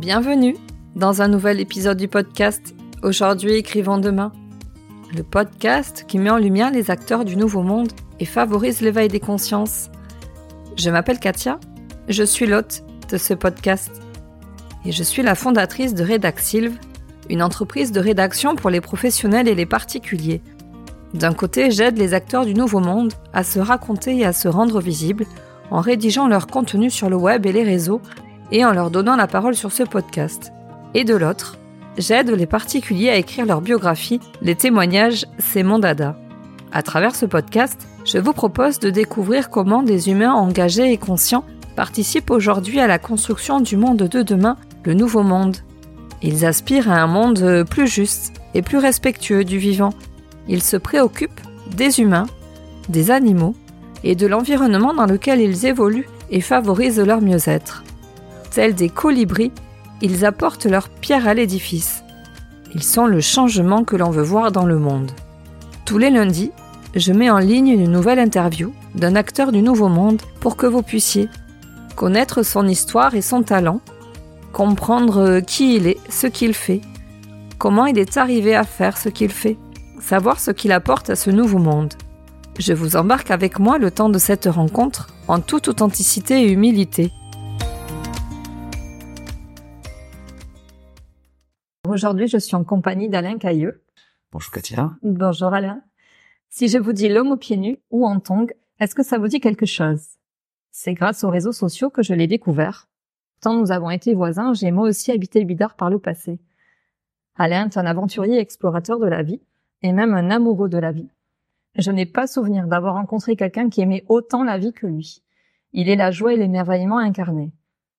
Bienvenue dans un nouvel épisode du podcast « Aujourd'hui, écrivons demain ». Le podcast qui met en lumière les acteurs du nouveau monde et favorise l'éveil des consciences. Je m'appelle Katia, je suis l'hôte de ce podcast. Et je suis la fondatrice de Redaxilv, une entreprise de rédaction pour les professionnels et les particuliers. D'un côté, j'aide les acteurs du nouveau monde à se raconter et à se rendre visibles en rédigeant leur contenu sur le web et les réseaux et en leur donnant la parole sur ce podcast. Et de l'autre, j'aide les particuliers à écrire leur biographie, les témoignages, c'est mon dada. À travers ce podcast, je vous propose de découvrir comment des humains engagés et conscients participent aujourd'hui à la construction du monde de demain, le nouveau monde. Ils aspirent à un monde plus juste et plus respectueux du vivant. Ils se préoccupent des humains, des animaux et de l'environnement dans lequel ils évoluent et favorisent leur mieux-être. Tels des colibris, ils apportent leur pierre à l'édifice. Ils sont le changement que l'on veut voir dans le monde. Tous les lundis, je mets en ligne une nouvelle interview d'un acteur du nouveau monde pour que vous puissiez connaître son histoire et son talent, comprendre qui il est, ce qu'il fait, comment il est arrivé à faire ce qu'il fait, savoir ce qu'il apporte à ce nouveau monde. Je vous embarque avec moi le temps de cette rencontre en toute authenticité et humilité. Aujourd'hui, je suis en compagnie d'Alain Cailleux. Bonjour Katia. Bonjour Alain. Si je vous dis l'homme aux pieds nus ou en tongs, est-ce que ça vous dit quelque chose? C'est grâce aux réseaux sociaux que je l'ai découvert. Tant nous avons été voisins, j'ai moi aussi habité Bidart par le passé. Alain est un aventurier explorateur de la vie, et même un amoureux de la vie. Je n'ai pas souvenir d'avoir rencontré quelqu'un qui aimait autant la vie que lui. Il est la joie et l'émerveillement incarnés.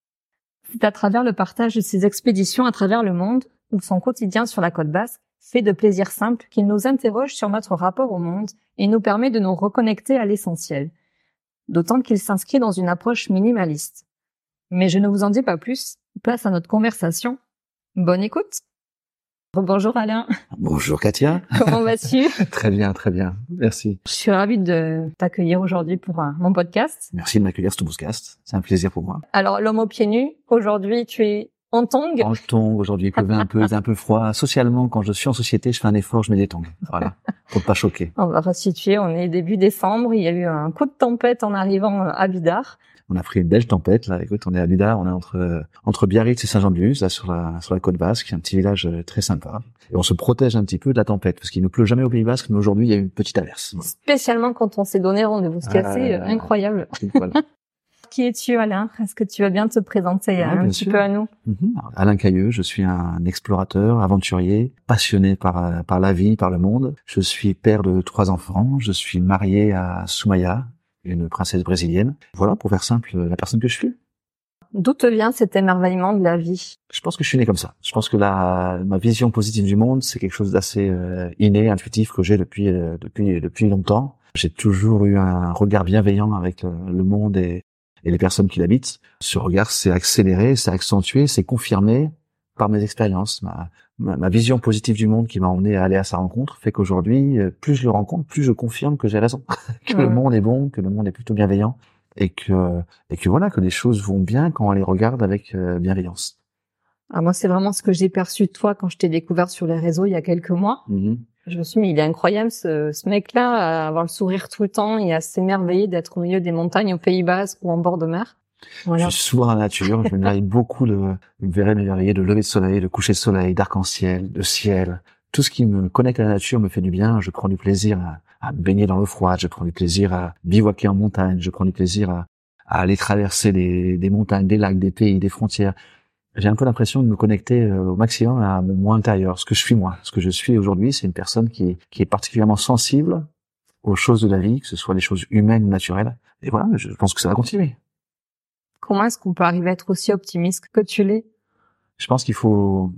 C'est à travers le partage de ses expéditions à travers le monde, ou son quotidien sur la côte basque, fait de plaisir simple qu'il nous interroge sur notre rapport au monde et nous permet de nous reconnecter à l'essentiel. D'autant qu'il s'inscrit dans une approche minimaliste. Mais je ne vous en dis pas plus, place à notre conversation. Bonne écoute. Bonjour Alain. Bonjour Katia. Comment vas-tu? Très bien, merci. Je suis ravie de t'accueillir aujourd'hui pour mon podcast. Merci de m'accueillir sur ton podcast, c'est un plaisir pour moi. Alors, l'homme aux pieds nus, aujourd'hui tu es en tongs. En tongs, aujourd'hui il pleuvait un peu, c'est un peu froid. Socialement, quand je suis en société, je fais un effort, je mets des tongs. Voilà, pour ne pas choquer. On va resituer, on est début décembre, il y a eu un coup de tempête en arrivant à Bidart. On a pris une belle tempête, là. Écoute, on est à Bidart, on est entre Biarritz et Saint-Jean-de-Luz, là, sur la côte basque, un petit village très sympa. Et on se protège un petit peu de la tempête, parce qu'il ne pleut jamais au Pays Basque, mais aujourd'hui, il y a eu une petite averse. Voilà. Spécialement quand on s'est donné rendez-vous, ce qui est assez incroyable. Voilà. Qui es-tu, Alain? Est-ce que tu vas bien te présenter un petit peu à nous? Alain Cailleux, je suis un explorateur, aventurier, passionné par la vie, par le monde. Je suis père de 3 enfants, je suis marié à Soumaya, une princesse brésilienne. Voilà, pour faire simple, la personne que je suis. D'où te vient cet émerveillement de la vie? Je pense que je suis né comme ça. Je pense que ma vision positive du monde, c'est quelque chose d'assez inné, intuitif que j'ai depuis longtemps. J'ai toujours eu un regard bienveillant avec le monde et les personnes qui l'habitent. Ce regard s'est accéléré, s'est accentué, s'est confirmé par mes expériences. Ma vision positive du monde qui m'a emmené à aller à sa rencontre fait qu'aujourd'hui, plus je le rencontre, plus je confirme que j'ai raison, que le monde est bon, que le monde est plutôt bienveillant et que voilà, que les choses vont bien quand on les regarde avec bienveillance. Ah, moi, c'est vraiment ce que j'ai perçu de toi quand je t'ai découvert sur les réseaux il y a quelques mois. Je me suis dit, mais il est incroyable ce mec-là, à avoir le sourire tout le temps et à s'émerveiller d'être au milieu des montagnes au Pays Basque ou en bord de mer. Voilà. Je suis souvent dans la nature, je m'émerveille beaucoup me verrais m'émerveiller de lever de soleil, de coucher de soleil, d'arc-en-ciel, de ciel. Tout ce qui me connecte à la nature me fait du bien. Je prends du plaisir à me baigner dans l'eau froide, je prends du plaisir à bivouaquer en montagne, je prends du plaisir à aller traverser des montagnes, des lacs, des pays, des frontières. J'ai un peu l'impression de me connecter au maximum à mon moi intérieur, ce que je suis moi. Ce que je suis aujourd'hui, c'est une personne qui est particulièrement sensible aux choses de la vie, que ce soit les choses humaines ou naturelles. Et voilà, je pense que ça va continuer. Comment est-ce qu'on peut arriver à être aussi optimiste que tu l'es? Je pense qu'il faut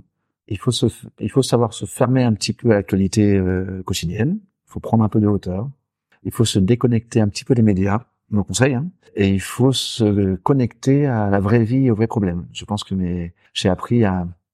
savoir se fermer un petit peu à l'actualité quotidienne. Il faut prendre un peu de hauteur. Il faut se déconnecter un petit peu des médias, mon conseil, hein. Et il faut se connecter à la vraie vie et aux vrais problèmes. Je pense que j'ai appris à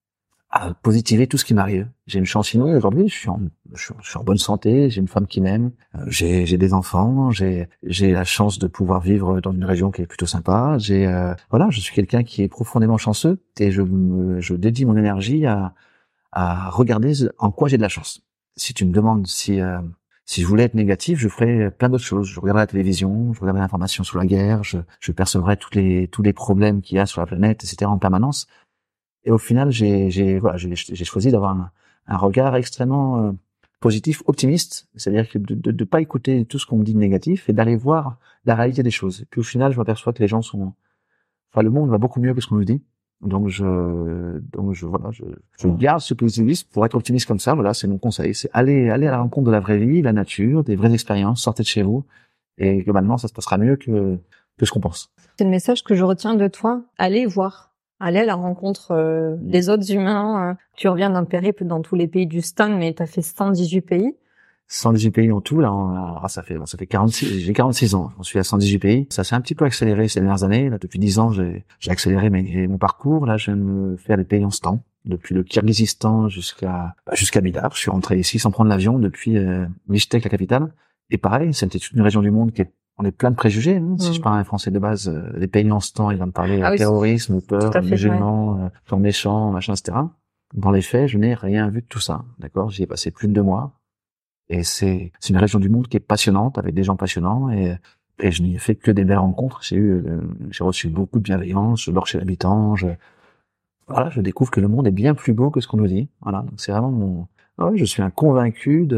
à positiver tout ce qui m'arrive. J'ai une chance inouïe aujourd'hui, je suis en bonne santé, j'ai une femme qui m'aime, j'ai des enfants, j'ai la chance de pouvoir vivre dans une région qui est plutôt sympa, voilà, je suis quelqu'un qui est profondément chanceux et je dédie mon énergie à regarder en quoi j'ai de la chance. Si tu me demandes si je voulais être négatif, je ferais plein d'autres choses. Je regarderais la télévision, je regarderais l'information sur la guerre, je percevrais tous les problèmes qu'il y a sur la planète, etc. en permanence. Et au final, j'ai choisi d'avoir un regard extrêmement positif, optimiste, c'est-à-dire que de pas écouter tout ce qu'on me dit de négatif et d'aller voir la réalité des choses. Et puis au final, je m'aperçois que les gens le monde va beaucoup mieux que ce qu'on nous dit. Donc je garde ce positivisme pour être optimiste comme ça. Voilà, c'est mon conseil. C'est aller à la rencontre de la vraie vie, la nature, des vraies expériences. Sortez de chez vous et globalement, ça se passera mieux que ce qu'on pense. C'est le message que je retiens de toi. Allez voir. Aller à la rencontre des autres humains. Tu reviens d'un périple dans tous les pays du Stan, mais tu as fait 118 pays. 118 pays en tout, là, ça fait 46, j'ai 46 ans, j'en suis à 118 pays. Ça s'est un petit peu accéléré ces dernières années, là, depuis 10 ans, j'ai accéléré mon parcours, là, je viens de me faire des pays en stand. Depuis le Kirghizistan jusqu'à Bidar. Je suis rentré ici sans prendre l'avion depuis, Bishkek, la capitale. Et pareil, c'était une région du monde on est plein de préjugés, hein. Si je parle un français de base, les pays en stand, ils vont me parler terrorisme, peur, musulmans, gens méchants, machin, etc. Dans les faits, je n'ai rien vu de tout ça, d'accord? J'y ai passé plus de 2 mois. Et c'est une région du monde qui est passionnante, avec des gens passionnants, et je n'y ai fait que des belles rencontres. J'ai reçu beaucoup de bienveillance, je dors chez l'habitant, je découvre que le monde est bien plus beau que ce qu'on nous dit. Voilà. Donc c'est vraiment je suis un convaincu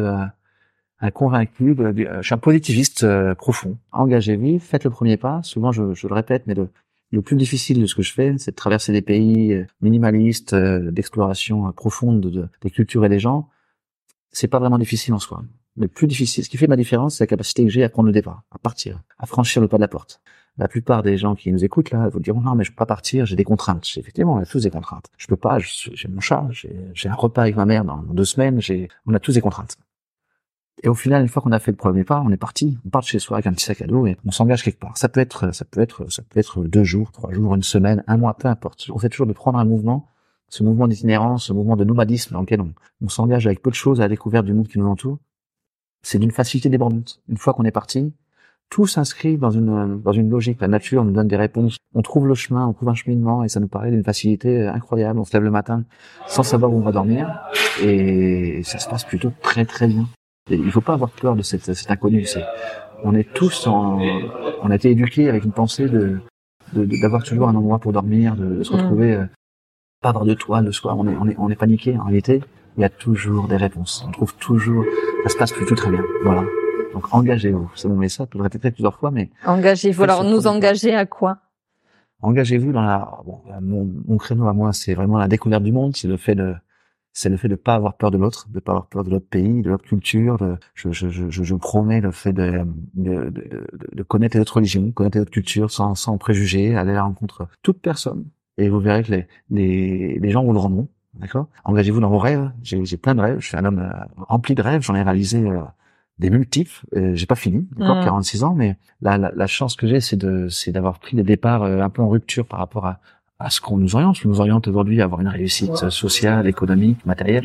je suis un positiviste, profond. Engagez-vous, faites le premier pas. Souvent, je le répète, mais le plus difficile de ce que je fais, c'est de traverser des pays minimalistes, d'exploration profonde des cultures et des gens. C'est pas vraiment difficile en soi. Le plus difficile, ce qui fait ma différence, c'est la capacité que j'ai à prendre le départ, à partir, à franchir le pas de la porte. La plupart des gens qui nous écoutent, là, vous diront, non, mais je peux pas partir, j'ai des contraintes. Effectivement, on a tous des contraintes. Je peux pas, j'ai mon chat, j'ai un repas avec ma mère dans 2 semaines, on a tous des contraintes. Et au final, une fois qu'on a fait le premier pas, on est parti. On part de chez soi avec un petit sac à dos et on s'engage quelque part. Ça peut être 2 jours, 3 jours, 1 semaine, 1 mois, peu importe. On fait toujours de prendre un mouvement, ce mouvement d'itinérance, ce mouvement de nomadisme dans lequel on s'engage avec peu de choses à la découverte du monde qui nous entoure. C'est d'une facilité débordante. Une fois qu'on est parti, tout s'inscrit dans une logique. La nature nous donne des réponses. On trouve le chemin, on trouve un cheminement et ça nous paraît d'une facilité incroyable. On se lève le matin sans savoir où on va dormir et ça se passe plutôt très très bien. Et il faut pas avoir peur de cet inconnu. On est tous on a été éduqués avec une pensée d'avoir toujours un endroit pour dormir, de se retrouver, pas avoir de toit le soir. On est paniqué. En réalité, il y a toujours des réponses. On trouve toujours, ça se passe plutôt très bien. Voilà. Donc, engagez-vous. C'est mon message. Je le répéterai plusieurs fois, mais. Engagez-vous. Alors, nous engager à quoi? Engagez-vous dans mon créneau à moi, c'est vraiment la découverte du monde. C'est le fait de pas avoir peur de l'autre, de pas avoir peur de l'autre pays, de l'autre culture. Je promets le fait de connaître les autres religions, connaître les autres cultures sans préjugés, aller à la rencontre de toute personne. Et vous verrez que les gens vous le rendront. D'accord? Engagez-vous dans vos rêves. J'ai plein de rêves. Je suis un homme rempli de rêves. J'en ai réalisé des multiples. J'ai pas fini. D'accord? 46 ans, mais la chance que j'ai, c'est d'avoir pris des départs un peu en rupture par rapport à ce qu'on nous oriente. Ce qui nous oriente aujourd'hui à avoir une réussite sociale, économique, matérielle.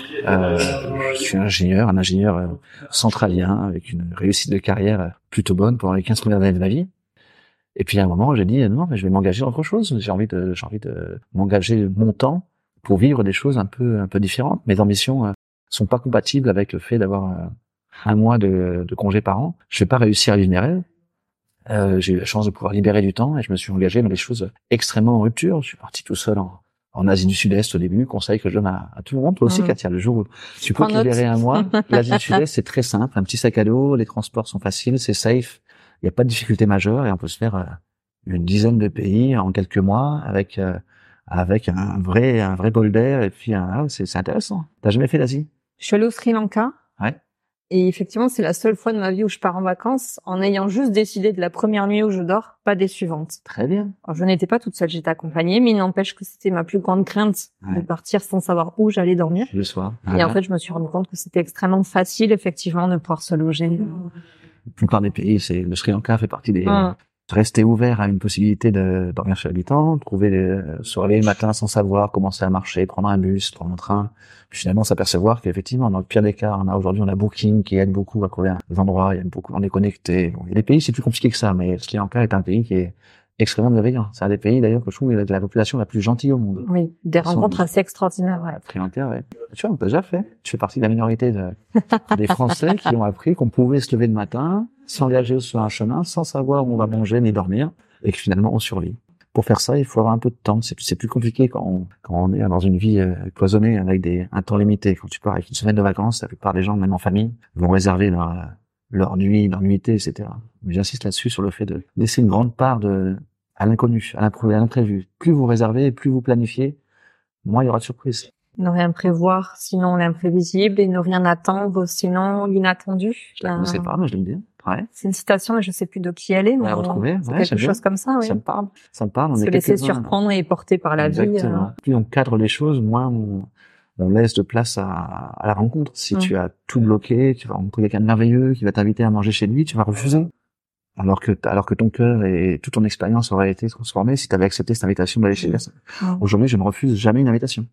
Je suis un ingénieur centralien avec une réussite de carrière plutôt bonne pendant les 15 premières années de ma vie. Et puis à un moment, j'ai dit non, mais je vais m'engager dans autre chose. J'ai envie de m'engager mon temps pour vivre des choses un peu différentes. Mes ambitions sont pas compatibles avec le fait d'avoir 1 mois de congé par an. Je vais pas réussir à vivre mes rêves. J'ai eu la chance de pouvoir libérer du temps et je me suis engagé dans des choses extrêmement en rupture. Je suis parti tout seul en Asie du Sud-Est au début, conseil que je donne à tout le monde. Toi aussi, Katia, le jour où tu peux te libérer 1 mois, l'Asie du Sud-Est, c'est très simple. Un petit sac à dos, les transports sont faciles, c'est safe. Il n'y a pas de difficulté majeure et on peut se faire une dizaine de pays en quelques mois avec un vrai bol d'air et puis c'est intéressant. T'as jamais fait l'Asie? Je suis allée au Sri Lanka. Ouais. Et effectivement, c'est la seule fois de ma vie où je pars en vacances en ayant juste décidé de la première nuit où je dors, pas des suivantes. Très bien. Alors, je n'étais pas toute seule, j'étais accompagnée, mais il n'empêche que c'était ma plus grande crainte de partir sans savoir où j'allais dormir. Le soir. Et en fait, je me suis rendu compte que c'était extrêmement facile, effectivement, de pouvoir se loger. La plupart des pays, le Sri Lanka fait partie des rester ouvert à une possibilité de dormir chez l'habitant, se réveiller le matin sans savoir, commencer à marcher, prendre un bus, prendre un train, puis finalement s'apercevoir qu'effectivement, dans le pire des cas, on a Booking qui aide beaucoup à trouver des endroits, on est connecté. Bon, il y a des pays, c'est plus compliqué que ça, mais Sri Lanka est un pays qui est extrêmement bienveillant. C'est un des pays, d'ailleurs, que je trouve la population la plus gentille au monde. Oui, des rencontres assez extraordinaires, ouais. Sri Lanka, ouais. Tu vois, on t'a déjà fait. Tu fais partie de la minorité des Français qui ont appris qu'on pouvait se lever le matin, s'engager sur un chemin, sans savoir où on va manger ni dormir, et que finalement, on survit. Pour faire ça, il faut avoir un peu de temps. C'est plus compliqué quand on est dans une vie cloisonnée avec un temps limité. Quand tu pars avec une semaine de vacances, la plupart des gens, même en famille, vont réserver leur nuit, leur nuitée, etc. Mais j'insiste là-dessus sur le fait de laisser une grande part à l'inconnu, à l'imprévu. Plus vous réservez, plus vous planifiez, moins il y aura de surprises. Ne rien prévoir, sinon l'imprévisible, et ne rien attendre, sinon l'inattendu. Je la connaissais pas, mais je l'aime bien. Ouais. C'est une citation, mais je sais plus de qui elle est. On l'a retrouvée. C'est quelque chose comme ça, oui. Ça me parle. Ça me parle. Se laisser surprendre et porter par la vie. Plus on cadre les choses, moins on laisse de place à la rencontre. Si tu as tout bloqué, tu vas rencontrer quelqu'un de merveilleux qui va t'inviter à manger chez lui, tu vas refuser. Alors que ton cœur et toute ton expérience auraient été transformées si tu avais accepté cette invitation d'aller chez lui. Aujourd'hui, je ne refuse jamais une invitation.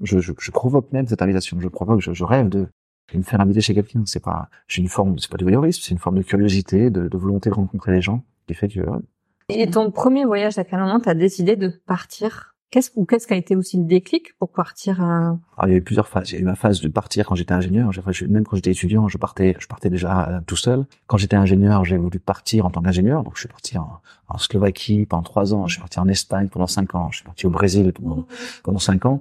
Je provoque même cette invitation. Je rêve de me faire inviter chez quelqu'un. C'est pas de voyeurisme, c'est une forme de curiosité, de volonté de rencontrer les gens qui fait que. Ouais. Et ton premier voyage, à quel moment t'as décidé de partir? Qu'est-ce qui a été aussi le déclic pour partir? Alors, il y a eu plusieurs phases. Il y a eu ma phase de partir quand j'étais ingénieur. Même quand j'étais étudiant, je partais déjà tout seul. Quand j'étais ingénieur, j'ai voulu partir en tant qu'ingénieur. Donc, je suis parti en Slovaquie pendant 3 ans. Je suis parti en Espagne pendant 5 ans. Je suis parti au Brésil pendant 5 ans.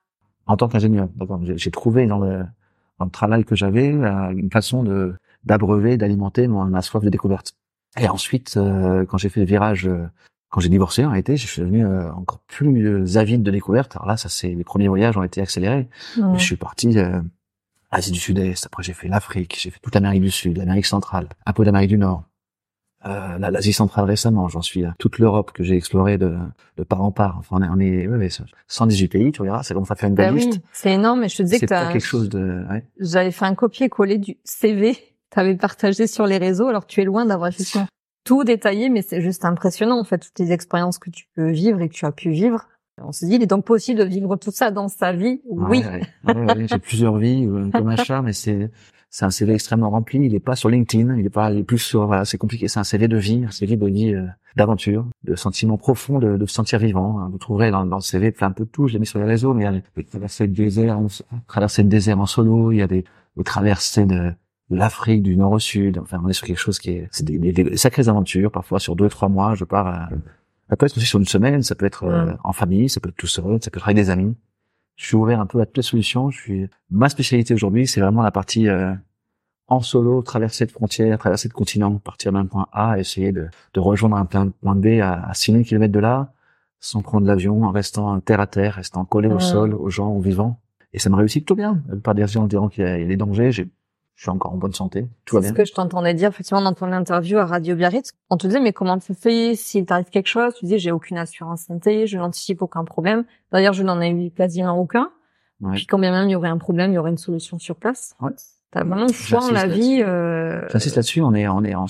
En tant qu'ingénieur. D'accord. J'ai trouvé dans le travail que j'avais une façon d'abreuver, d'alimenter ma soif de découverte. Et ensuite, quand j'ai fait le virage, quand j'ai divorcé, en réalité, je suis devenu encore plus avide de découverte. Alors là, les premiers voyages ont été accélérés. Je suis parti Asie du Sud-Est. Après, j'ai fait l'Afrique, j'ai fait toute l'Amérique du Sud, l'Amérique centrale, un peu d'Amérique du Nord, l'Asie centrale récemment. J'en suis toute l'Europe que j'ai explorée de part en part. Enfin, on est 118 pays. Tu regardes, ça commence à faire une belle liste. Oui, c'est énorme. Mais je te disais que pas quelque chose de. Ouais. J'avais fait un copier-coller du CV. T'avais partagé sur les réseaux. Alors tu es loin d'avoir justement tout détaillé, mais c'est juste impressionnant en fait toutes les expériences que tu peux vivre et que tu as pu vivre. On se dit, il est donc possible de vivre tout ça dans sa vie. Oui. Ouais, j'ai plusieurs vies, comme un chat, mais c'est un CV extrêmement rempli. Il est pas sur LinkedIn, il est plus sur, voilà, c'est compliqué. C'est un CV de vie, d'aventure, de sentiments profonds, de se sentir vivant. Vous trouverez dans le CV plein peu de tout. Je l'ai mis sur les réseaux, mais il y a des traversées de désert en solo, il y a des traversées de l'Afrique du nord au sud. Enfin, on est sur quelque chose c'est des sacrées aventures. Parfois, sur 2-3 mois, je pars. Ça peut être aussi sur une semaine, ça peut être en famille, ça peut être tout seul, ça peut être avec des amis. Je suis ouvert un peu à toutes les solutions. Ma spécialité aujourd'hui, c'est vraiment la partie en solo, traverser de frontières, traverser de continents, partir d'un point A, essayer de rejoindre un point B à 6000 km de là, sans prendre l'avion, en restant terre à terre, restant collé au sol, aux gens, aux vivants. Et ça me réussit plutôt bien. Pas des gens diront qu'il y a des dangers. Je suis encore en bonne santé. Tout va bien. C'est ce que je t'entendais dire, effectivement, dans ton interview à Radio Biarritz. On te disait, mais comment tu fais s'il t'arrive quelque chose? Tu disais, j'ai aucune assurance santé, je n'anticipe aucun problème. D'ailleurs, je n'en ai eu quasiment aucun. Ouais. Puis quand bien même il y aurait un problème, il y aurait une solution sur place. Ouais. T'as vraiment foi en la vie. J'insiste là-dessus. On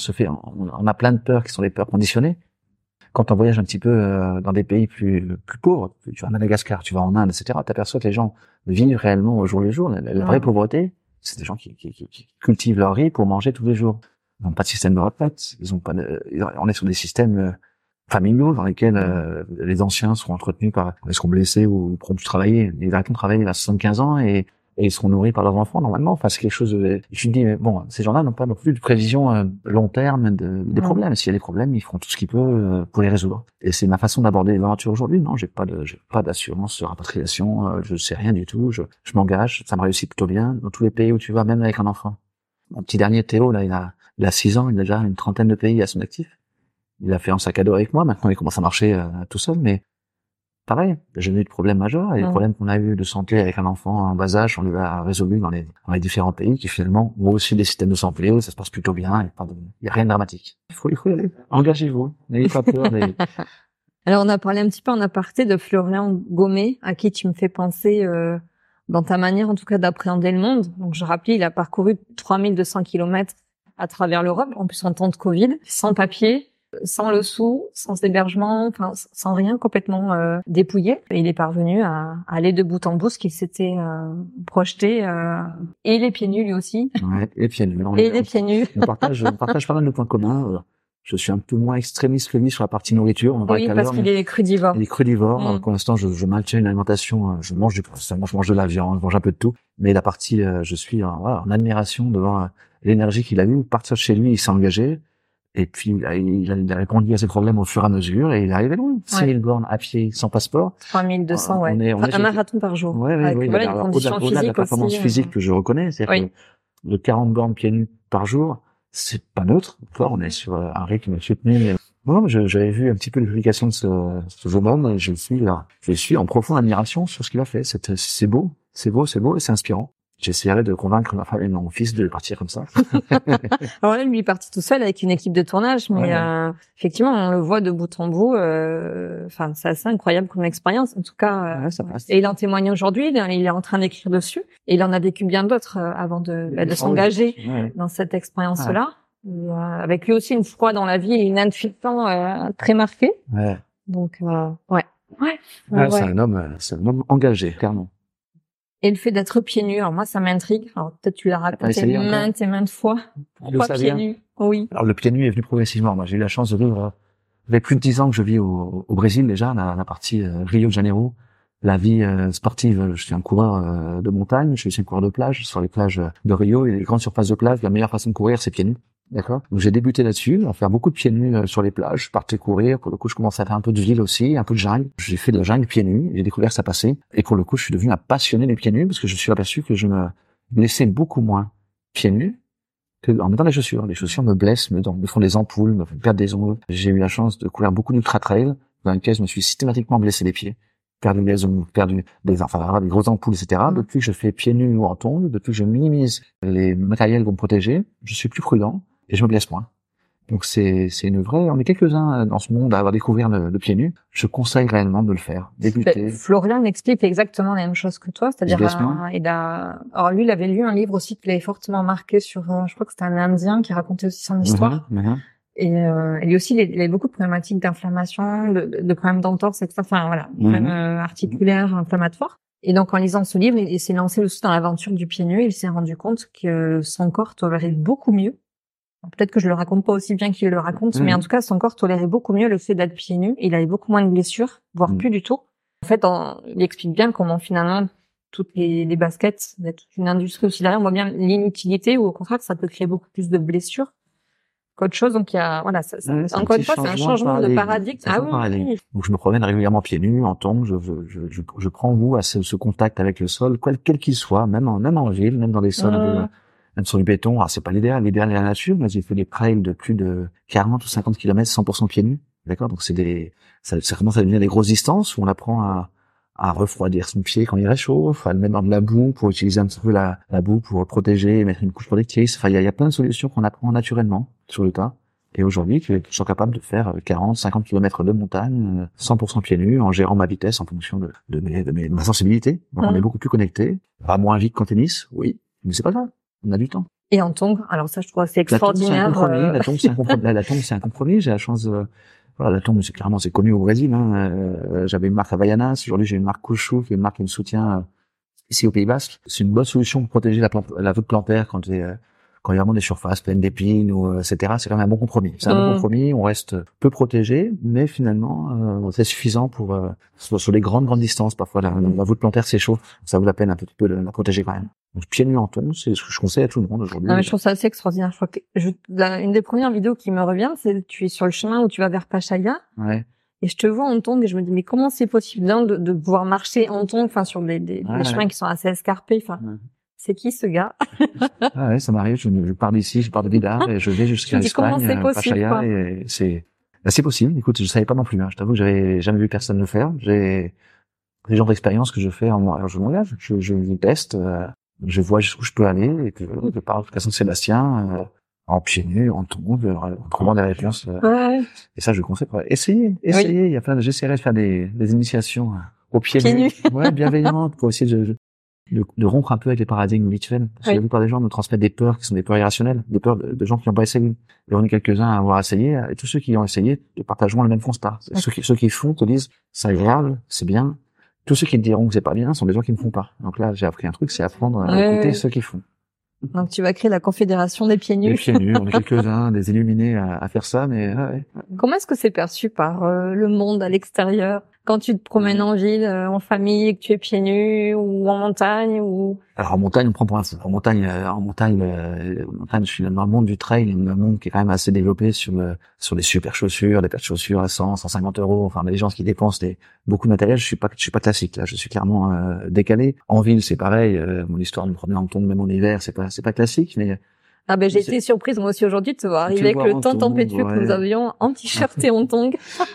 a plein de peurs qui sont des peurs conditionnées. Quand on voyage un petit peu dans des pays plus pauvres, tu vas à Madagascar, tu vas en Inde, etc., t'aperçois que les gens vivent réellement au jour le jour. La vraie pauvreté, c'est des gens qui cultivent leur riz pour manger tous les jours. Ils n'ont pas de système de retraite. On est sur des systèmes familiaux dans lesquels les anciens seront entretenus ils seront blessés ou pourront plus travailler. Ils arrêteront de travailler à 75 ans et ils seront nourris par leurs enfants normalement. Enfin, c'est quelque chose. Je me dis, mais bon, ces gens-là n'ont pas non plus de prévision long terme des problèmes. S'il y a des problèmes, ils feront tout ce qu'ils peuvent pour les résoudre. Et c'est ma façon d'aborder l'aventure aujourd'hui. Non, j'ai pas d'assurance de rapatriation. Je sais rien du tout. Je m'engage. Ça me réussit plutôt bien dans tous les pays où tu vas, même avec un enfant. Mon petit dernier Théo, là, il a 6 ans. Il a déjà une 30aine de pays à son actif. Il a fait un sac à dos avec moi. Maintenant, il commence à marcher tout seul, mais pareil, j'ai eu de problèmes majeurs et les problèmes qu'on a eu de santé avec un enfant en bas âge, on les a résolus dans les différents pays qui finalement ont aussi des systèmes de santé où ça se passe plutôt bien. Il y a rien de dramatique. Il faut y aller. Engagez-vous. N'ayez pas peur. Alors, on a parlé un petit peu en aparté de Florian Gomé, à qui tu me fais penser dans ta manière, en tout cas, d'appréhender le monde. Donc, je rappelle, il a parcouru 3200 kilomètres à travers l'Europe, en plus en temps de Covid, sans papier, sans le sou, sans hébergement, enfin sans rien, complètement dépouillé. Et il est parvenu à aller de bout en bout, ce qu'il s'était projeté, et les pieds nus lui aussi. Ouais, et pieds nus. Et les pieds nus. On partage pas mal de points communs. Je suis un peu moins extrémiste que lui sur la partie nourriture. On en parlait Oui, tout à parce l'heure, qu'il est crudivore. il est crudivore. Pour l'instant, je maintiens une alimentation. Je mange je mange de la viande, je mange un peu de tout. Mais la partie, je suis en admiration devant l'énergie qu'il a eue. Partir de chez lui, il s'est engagé. Et puis, il a répondu à ses problèmes au fur et à mesure. Et il est arrivé loin. 6000 bornes à pied, sans passeport. 3200, ouais. On est un marathon par jour. Ouais, avec, oui. Voilà, une condition Au-delà de la performance aussi, physique que je reconnais, c'est-à-dire que le 40 bornes pieds nus par jour, c'est pas neutre. Encore, on est sur un rythme soutenu. Mais bon, j'avais vu un petit peu les publications de ce jeune homme et je suis en profonde admiration sur ce qu'il a fait. C'est beau et c'est inspirant. J'essaierai de convaincre ma femme et mon fils de partir comme ça. Alors là, lui est parti tout seul avec une équipe de tournage, mais effectivement, on le voit de bout en bout. Enfin, c'est assez incroyable comme expérience, en tout cas. Ça passe. Et il en témoigne aujourd'hui. Il est en train d'écrire dessus. Et il en a vécu bien d'autres avant de s'engager dans cette expérience-là. Et, avec lui aussi une foi dans la vie et une intuition très marquée. Ouais. Donc, C'est un homme engagé, clairement. Et le fait d'être pieds nus, alors moi ça m'intrigue. Alors peut-être tu l'as raconté maintes et maintes fois. Pourquoi pieds nus? Oui. Alors le pieds nus est venu progressivement. Moi j'ai eu la chance de vivre. Ça fait plus de 10 ans que je vis au Brésil déjà, la partie Rio de Janeiro. La vie sportive, je suis un coureur de montagne, je suis aussi un coureur de plage. Sur les plages de Rio et les grandes surfaces de plage, la meilleure façon de courir c'est pieds nus. D'accord. Donc j'ai débuté là-dessus, à faire beaucoup de pieds nus sur les plages. Je partais courir. Pour le coup, je commençais à faire un peu de ville aussi, un peu de jungle. J'ai fait de la jungle pieds nus. J'ai découvert que ça passait. Et pour le coup, je suis devenu un passionné des pieds nus parce que je suis aperçu que je me blessais beaucoup moins pieds nus que en mettant des chaussures. Les chaussures me blessent, me font des ampoules, me font perdre des ongles. J'ai eu la chance de courir beaucoup d'ultra trail dans lesquels je me suis systématiquement blessé les pieds. Perdu des ongles, des grosses ampoules, etc. Depuis que je fais pieds nus ou en tongs, depuis que je minimise les matériels pour me protéger, je suis plus prudent. Et je me blesse moins. Donc c'est une vraie, on est quelques-uns dans ce monde à avoir découvert le pied nu. Je conseille réellement de le faire. Débuter. Florian explique exactement la même chose que toi, c'est-à-dire alors lui il avait lu un livre aussi qui l'avait fortement marqué sur, je crois que c'était un Indien qui racontait aussi son histoire. Et lui aussi il avait beaucoup de problématiques d'inflammation, de problèmes d'entorse, etc. Enfin voilà, problèmes articulaires, inflammatoires. Et donc, en lisant ce livre, il s'est lancé aussi dans l'aventure du pied nu. Il s'est rendu compte que son corps tolérait beaucoup mieux. Peut-être que je le raconte pas aussi bien qu'il le raconte, mais en tout cas, son corps tolérait beaucoup mieux le fait d'être pieds nus. Il avait beaucoup moins de blessures, voire plus du tout. En fait, il explique bien comment finalement toutes les baskets, il y a toute une industrie aussi derrière. On voit bien l'inutilité ou au contraire, ça peut créer beaucoup plus de blessures qu'autre chose. Donc il y a, voilà, encore une fois, c'est un changement de paradigme. Oui. Donc je me promène régulièrement pieds nus, en tongs. Je prends goût à ce contact avec le sol, quel qu'il soit, même en ville, même dans des sols même sur du béton. Alors c'est pas l'idéal est la nature, mais j'ai fait des trails de plus de 40 ou 50 km 100% pieds nus. D'accord? Donc ça commence à devenir des grosses distances où on apprend à refroidir son pied quand il réchauffe, à le mettre dans de la boue pour utiliser un petit peu la boue pour protéger, mettre une couche protectrice. Enfin, il y a plein de solutions qu'on apprend naturellement sur le tas. Et aujourd'hui, je suis capable de faire 40, 50 km de montagne, 100% pieds nus, en gérant ma vitesse en fonction de ma sensibilité. Donc, on est beaucoup plus connecté. Pas moins vite qu'en tennis, oui. Mais c'est pas grave. On a du temps. Et en tongs, alors ça, je trouve c'est extraordinaire. La tongs, c'est un compromis. J'ai la chance de, voilà, la tongs, c'est connu au Brésil, j'avais une marque Havaianas. Aujourd'hui, j'ai une marque Couchou, qui est une marque qui me soutient, ici au Pays Basque. C'est une bonne solution pour protéger la voûte plantaire quand il y a vraiment des surfaces pleines d'épines ou, etc. C'est quand même un bon compromis. C'est un bon compromis. On reste peu protégé, mais finalement, c'est suffisant pour, sur les grandes distances. Parfois, la voûte plantaire s'échauffe. Ça vaut la peine un petit peu de la protéger quand même. Donc, pieds nus en tongs, c'est ce que je conseille à tout le monde aujourd'hui. Non, mais je trouve ça assez extraordinaire. Je crois que une des premières vidéos qui me revient, c'est tu es sur le chemin où tu vas vers Pattaya. Ouais. Et je te vois en tongs et je me dis, mais comment c'est possible de pouvoir marcher en tongs, enfin, sur des chemins qui sont assez escarpés, enfin. C'est qui ce gars? Ah ouais, ça m'arrive. Je pars d'ici, je pars de Bidar et je vais jusqu'à Espagne, Pattaya, et c'est possible. Écoute, je savais pas non plus. Je t'avoue que j'avais jamais vu personne le faire. J'ai des genres d'expériences que je fais. Alors je m'engage, je teste, je vois jusqu'où je peux aller et que je pars jusqu'à Saint-Sébastien en pieds nus, en tongs, trouvant des réponses. Et ça, je conseille. Essayez. Oui. Il y a j'essaierai de faire des initiations aux pieds nus. Ouais, bienveillantes pour essayer de rompre un peu avec les paradigmes habituels. Parce que la plupart des gens nous transmettent des peurs qui sont des peurs irrationnelles, des peurs de gens qui n'ont pas essayé. Et on est quelques-uns à avoir essayé, et tous ceux qui ont essayé partageront le même constat. Ceux qui font te disent, c'est agréable, c'est bien. Tous ceux qui te diront que c'est pas bien sont des gens qui ne font pas. Donc là, j'ai appris un truc, c'est apprendre à écouter ceux qui font. Donc tu vas créer la confédération des pieds nus. Les pieds nus, on est quelques-uns, des illuminés à faire ça, mais Comment est-ce que c'est perçu par le monde à l'extérieur quand tu te promènes en ville, en famille, et que tu es pieds nus ou en montagne ou... Alors en montagne, on prend pour l'instant. En montagne, je suis dans le monde du trail, un monde qui est quand même assez développé sur des super chaussures, des paires de chaussures à 100, 150 euros. Enfin, les gens qui dépensent beaucoup de matériel. Je suis pas classique là. Je suis clairement décalé. En ville, c'est pareil. Mon histoire de me promener en tongs même en hiver, c'est pas classique, mais ah ben j'ai été surprise moi aussi aujourd'hui de te voir arriver avec le temps tempétueux que nous avions en t-shirt et en tongs.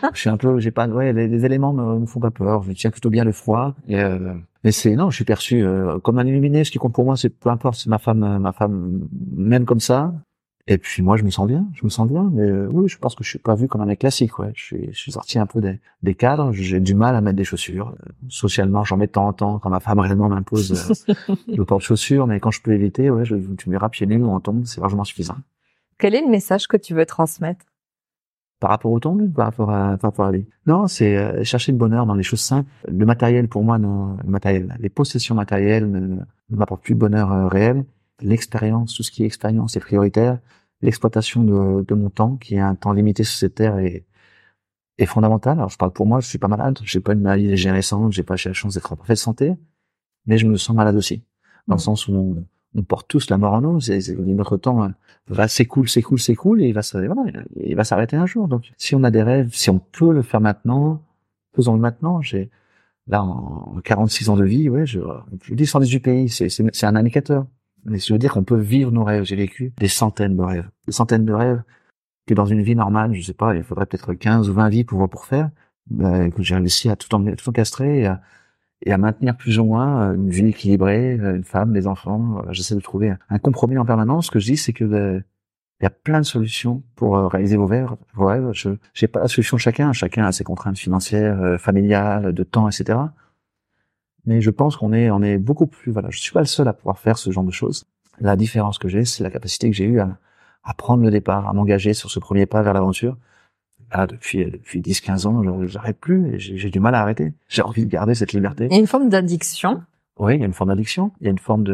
Les éléments me font pas peur. Je tiens plutôt bien le froid. Mais je suis perçu comme un illuminé. Ce qui compte pour moi, c'est peu importe, c'est ma femme m'aime comme ça. Et puis moi, je me sens bien. Mais oui, je pense que je suis pas vu comme un mec classique. Ouais, je suis sorti un peu des cadres. J'ai du mal à mettre des chaussures. Socialement, j'en mets de temps en temps quand ma femme réellement m'impose le port de chaussures. Mais quand je peux éviter, tu me verras pieds nus ou en tongs, c'est largement suffisant. Quel est le message que tu veux transmettre? Par rapport au tongs, par rapport à lui. Non, c'est chercher le bonheur dans les choses simples. Le matériel, pour moi, les possessions matérielles ne m'apportent plus de bonheur réel. L'expérience, tout ce qui est expérience est prioritaire. L'exploitation de mon temps, qui est un temps limité sur cette terre, est fondamentale. Alors, je parle pour moi, je suis pas malade, j'ai pas une maladie dégénérescente, j'ai pas la chance d'être en parfaite santé, mais je me sens malade aussi. Dans le sens où on porte tous la mort en nous, notre temps s'écoule, et il va s'arrêter un jour. Donc, si on a des rêves, si on peut le faire maintenant, faisons-le maintenant. Là, en 46 ans de vie, je dis 118 pays, c'est un indicateur. Mais je veux dire qu'on peut vivre nos rêves. J'ai vécu des centaines de rêves que dans une vie normale, je sais pas, il faudrait peut-être 15 ou 20 vies pour faire, que j'ai réussi à tout encastrer et à maintenir plus ou moins une vie équilibrée, une femme, des enfants. J'essaie de trouver un compromis en permanence. Ce que je dis, c'est que il y a plein de solutions pour réaliser vos rêves. Je j'ai pas la solution de chacun a ses contraintes financières, familiales, de temps, etc. Mais je pense qu'on est beaucoup plus, je suis pas le seul à pouvoir faire ce genre de choses. La différence que j'ai, c'est la capacité que j'ai eue à prendre le départ, à m'engager sur ce premier pas vers l'aventure. Là, depuis 10-15 ans, j'arrête plus et j'ai du mal à arrêter. J'ai envie de garder cette liberté. Il y a une forme d'addiction. Oui, il y a une forme d'addiction. Il y a une forme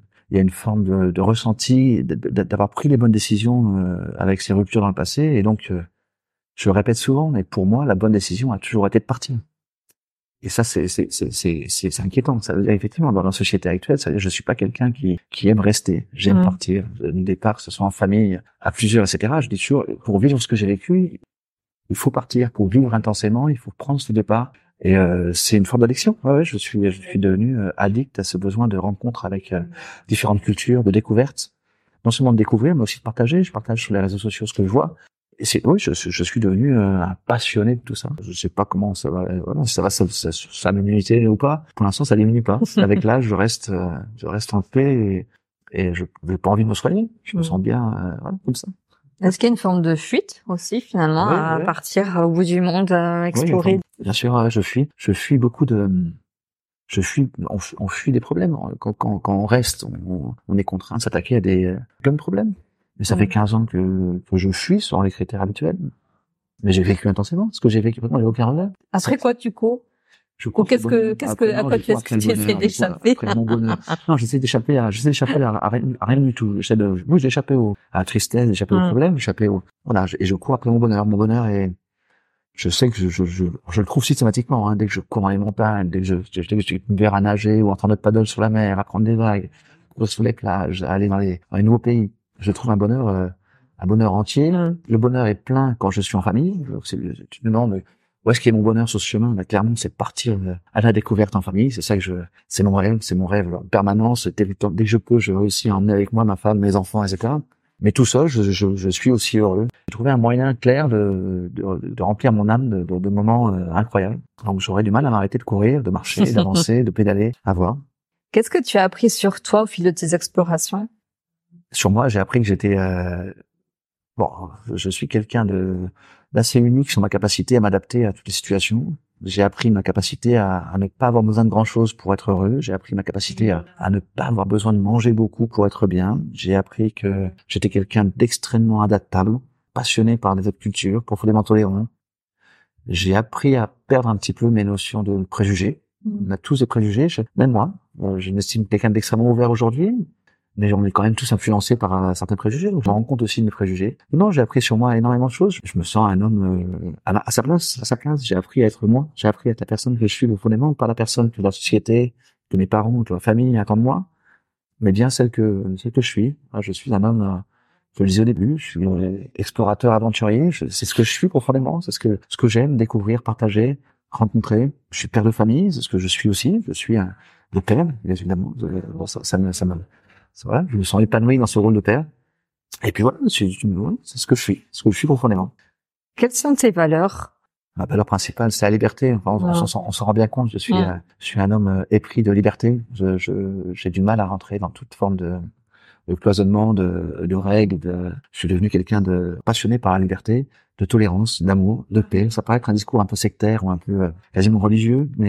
de ressenti, d'avoir pris les bonnes décisions, avec ces ruptures dans le passé. Et donc, je le répète souvent, mais pour moi, la bonne décision a toujours été de partir. Et ça, c'est inquiétant. Ça veut dire, effectivement, dans la société actuelle, ça veut dire, je suis pas quelqu'un qui aime rester. J'aime partir. Le départ, que ce soit en famille, à plusieurs, etc. Je dis toujours, pour vivre ce que j'ai vécu, il faut partir. Pour vivre intensément, il faut prendre ce départ. Et, c'est une forme d'addiction. Je suis devenu addict à ce besoin de rencontre avec différentes cultures, de découverte. Non seulement de découvrir, mais aussi de partager. Je partage sur les réseaux sociaux ce que je vois. Et je suis devenu un passionné de tout ça. Je sais pas comment ça va s'amenuiser ou pas. Pour l'instant, ça diminue pas. Avec l'âge, je reste en paix et je n'ai pas envie de me soigner. Je me sens bien, comme ça. Est-ce qu'il y a une forme de fuite aussi, finalement, à partir au bout du monde, à explorer? Bien sûr, je fuis beaucoup on fuit des problèmes. Quand on reste, on est contraint de s'attaquer à plein de problèmes. Mais ça fait 15 ans que je fuis sur les critères habituels. Mais j'ai vécu intensément. Ce que j'ai vécu, j'ai aucun regret. Après quoi tu cours? À quoi tu essaies d'échapper? Après mon bonheur. Non, j'essaie d'échapper à rien du tout. J'essaie d'échapper à la tristesse, d'échapper aux problèmes, et je cours après mon bonheur. Mon bonheur est, je sais que je le trouve systématiquement, dès que je cours dans les montagnes, dès que je me verrai à nager ou en train de paddle sur la mer, à prendre des vagues, courir sur les plages, aller dans les nouveaux pays. Je trouve un bonheur entier. Le bonheur est plein quand je suis en famille. Tu me demandes où est-ce qu'il y a mon bonheur sur ce chemin. Clairement, c'est partir à la découverte en famille. C'est ça que c'est mon rêve en permanence. Dès que je peux, je réussis à emmener avec moi ma femme, mes enfants, etc. Mais tout seul, je suis aussi heureux. J'ai trouvé un moyen clair de remplir mon âme de moments incroyables. Donc j'aurais du mal à m'arrêter de courir, de marcher, d'avancer, de pédaler, à voir. Qu'est-ce que tu as appris sur toi au fil de tes explorations? Sur moi, j'ai appris que j'étais je suis quelqu'un d'assez unique sur ma capacité à m'adapter à toutes les situations. J'ai appris ma capacité à ne pas avoir besoin de grand chose pour être heureux. J'ai appris ma capacité à ne pas avoir besoin de manger beaucoup pour être bien. J'ai appris que j'étais quelqu'un d'extrêmement adaptable, passionné par les autres cultures, profondément tolérant. J'ai appris à perdre un petit peu mes notions de préjugés. On a tous des préjugés, même moi. Je m'estime quelqu'un d'extrêmement ouvert aujourd'hui, mais on est quand même tous influencés par certains préjugés. Donc je me rends compte aussi de mes préjugés. Non, j'ai appris sur moi énormément de choses. Je me sens un homme à sa place. J'ai appris à être moi. J'ai appris à être la personne que je suis profondément, pas la personne que la société, que mes parents, que ma famille attendent de moi, mais bien celle que je suis. Je suis un homme, je le disais au début, je suis explorateur, aventurier. C'est ce que je suis profondément. C'est ce que j'aime, découvrir, partager, rencontrer. Je suis père de famille, c'est ce que je suis aussi. Je suis le père, évidemment. Bon, voilà, je me sens épanoui dans ce rôle de père. Et puis voilà, c'est ce que je suis profondément. Quelles sont tes valeurs? Ma valeur principale, c'est la liberté. Enfin, on s'en rend bien compte. Je suis un homme épris de liberté. J'ai du mal à rentrer dans toute forme de cloisonnement, de règles. Je suis devenu quelqu'un de passionné par la liberté, de tolérance, d'amour, de paix. Ça paraît être un discours un peu sectaire ou un peu quasiment religieux, mais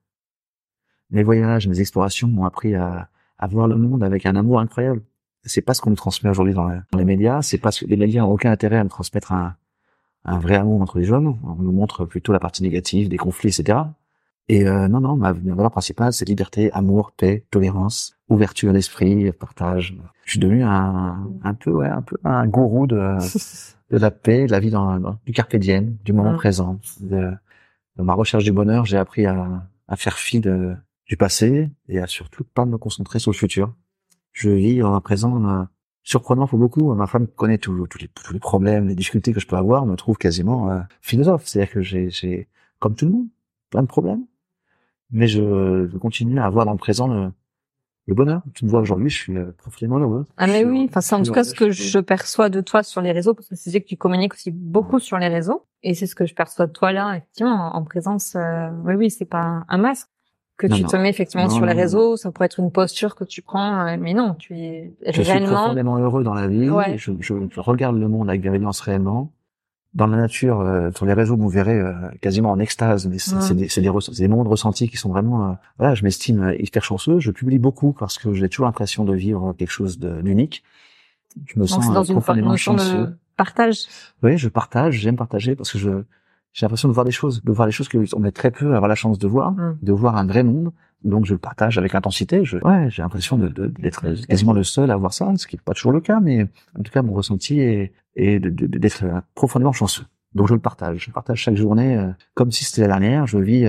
mes voyages, mes explorations m'ont appris à voir le monde avec un amour incroyable. C'est pas ce qu'on nous transmet aujourd'hui dans les médias. C'est pas les médias n'ont aucun intérêt à nous transmettre un vrai amour entre les hommes. On nous montre plutôt la partie négative, des conflits, etc. Et non, ma valeur principale, c'est liberté, amour, paix, tolérance, ouverture d'esprit, partage. Je suis devenu un peu un gourou de la paix, de la vie du carpe diem, du moment présent. Dans ma recherche du bonheur, j'ai appris à faire fi du passé et à surtout pas me concentrer sur le futur. Je vis dans un présent surprenant pour beaucoup. Ma femme connaît tous les problèmes, les difficultés que je peux avoir, me trouve quasiment philosophe. C'est-à-dire que j'ai, comme tout le monde, plein de problèmes. Mais je continue à avoir dans le présent le bonheur. Tu me vois aujourd'hui, je suis profondément heureux. Ah mais oui, enfin c'est en tout cas ce que je perçois de toi sur les réseaux, parce que c'est que tu communiques aussi beaucoup sur les réseaux, et c'est ce que je perçois de toi là, effectivement, en présence. Oui, c'est pas un masque que tu te mets effectivement sur les réseaux. Ça pourrait être une posture que tu prends, mais non, tu es réellement. Je suis profondément heureux dans la vie. Ouais. Je regarde le monde avec bienveillance réellement. Dans la nature, sur les réseaux, vous verrez quasiment en extase, mais c'est des moments de ressenti qui sont vraiment. Voilà, je m'estime hyper chanceux. Je publie beaucoup parce que j'ai toujours l'impression de vivre quelque chose d'unique. Je me sens profondément chanceux. De partage. Oui, je partage. J'aime partager parce que j'ai l'impression de voir des choses que on est très peu à avoir la chance de voir un vrai monde. Donc je le partage avec intensité. J'ai l'impression d'être quasiment le seul à voir ça, ce qui n'est pas toujours le cas, mais en tout cas mon ressenti est d'être profondément chanceux. Donc je le partage. Je partage chaque journée comme si c'était la dernière. Je vis.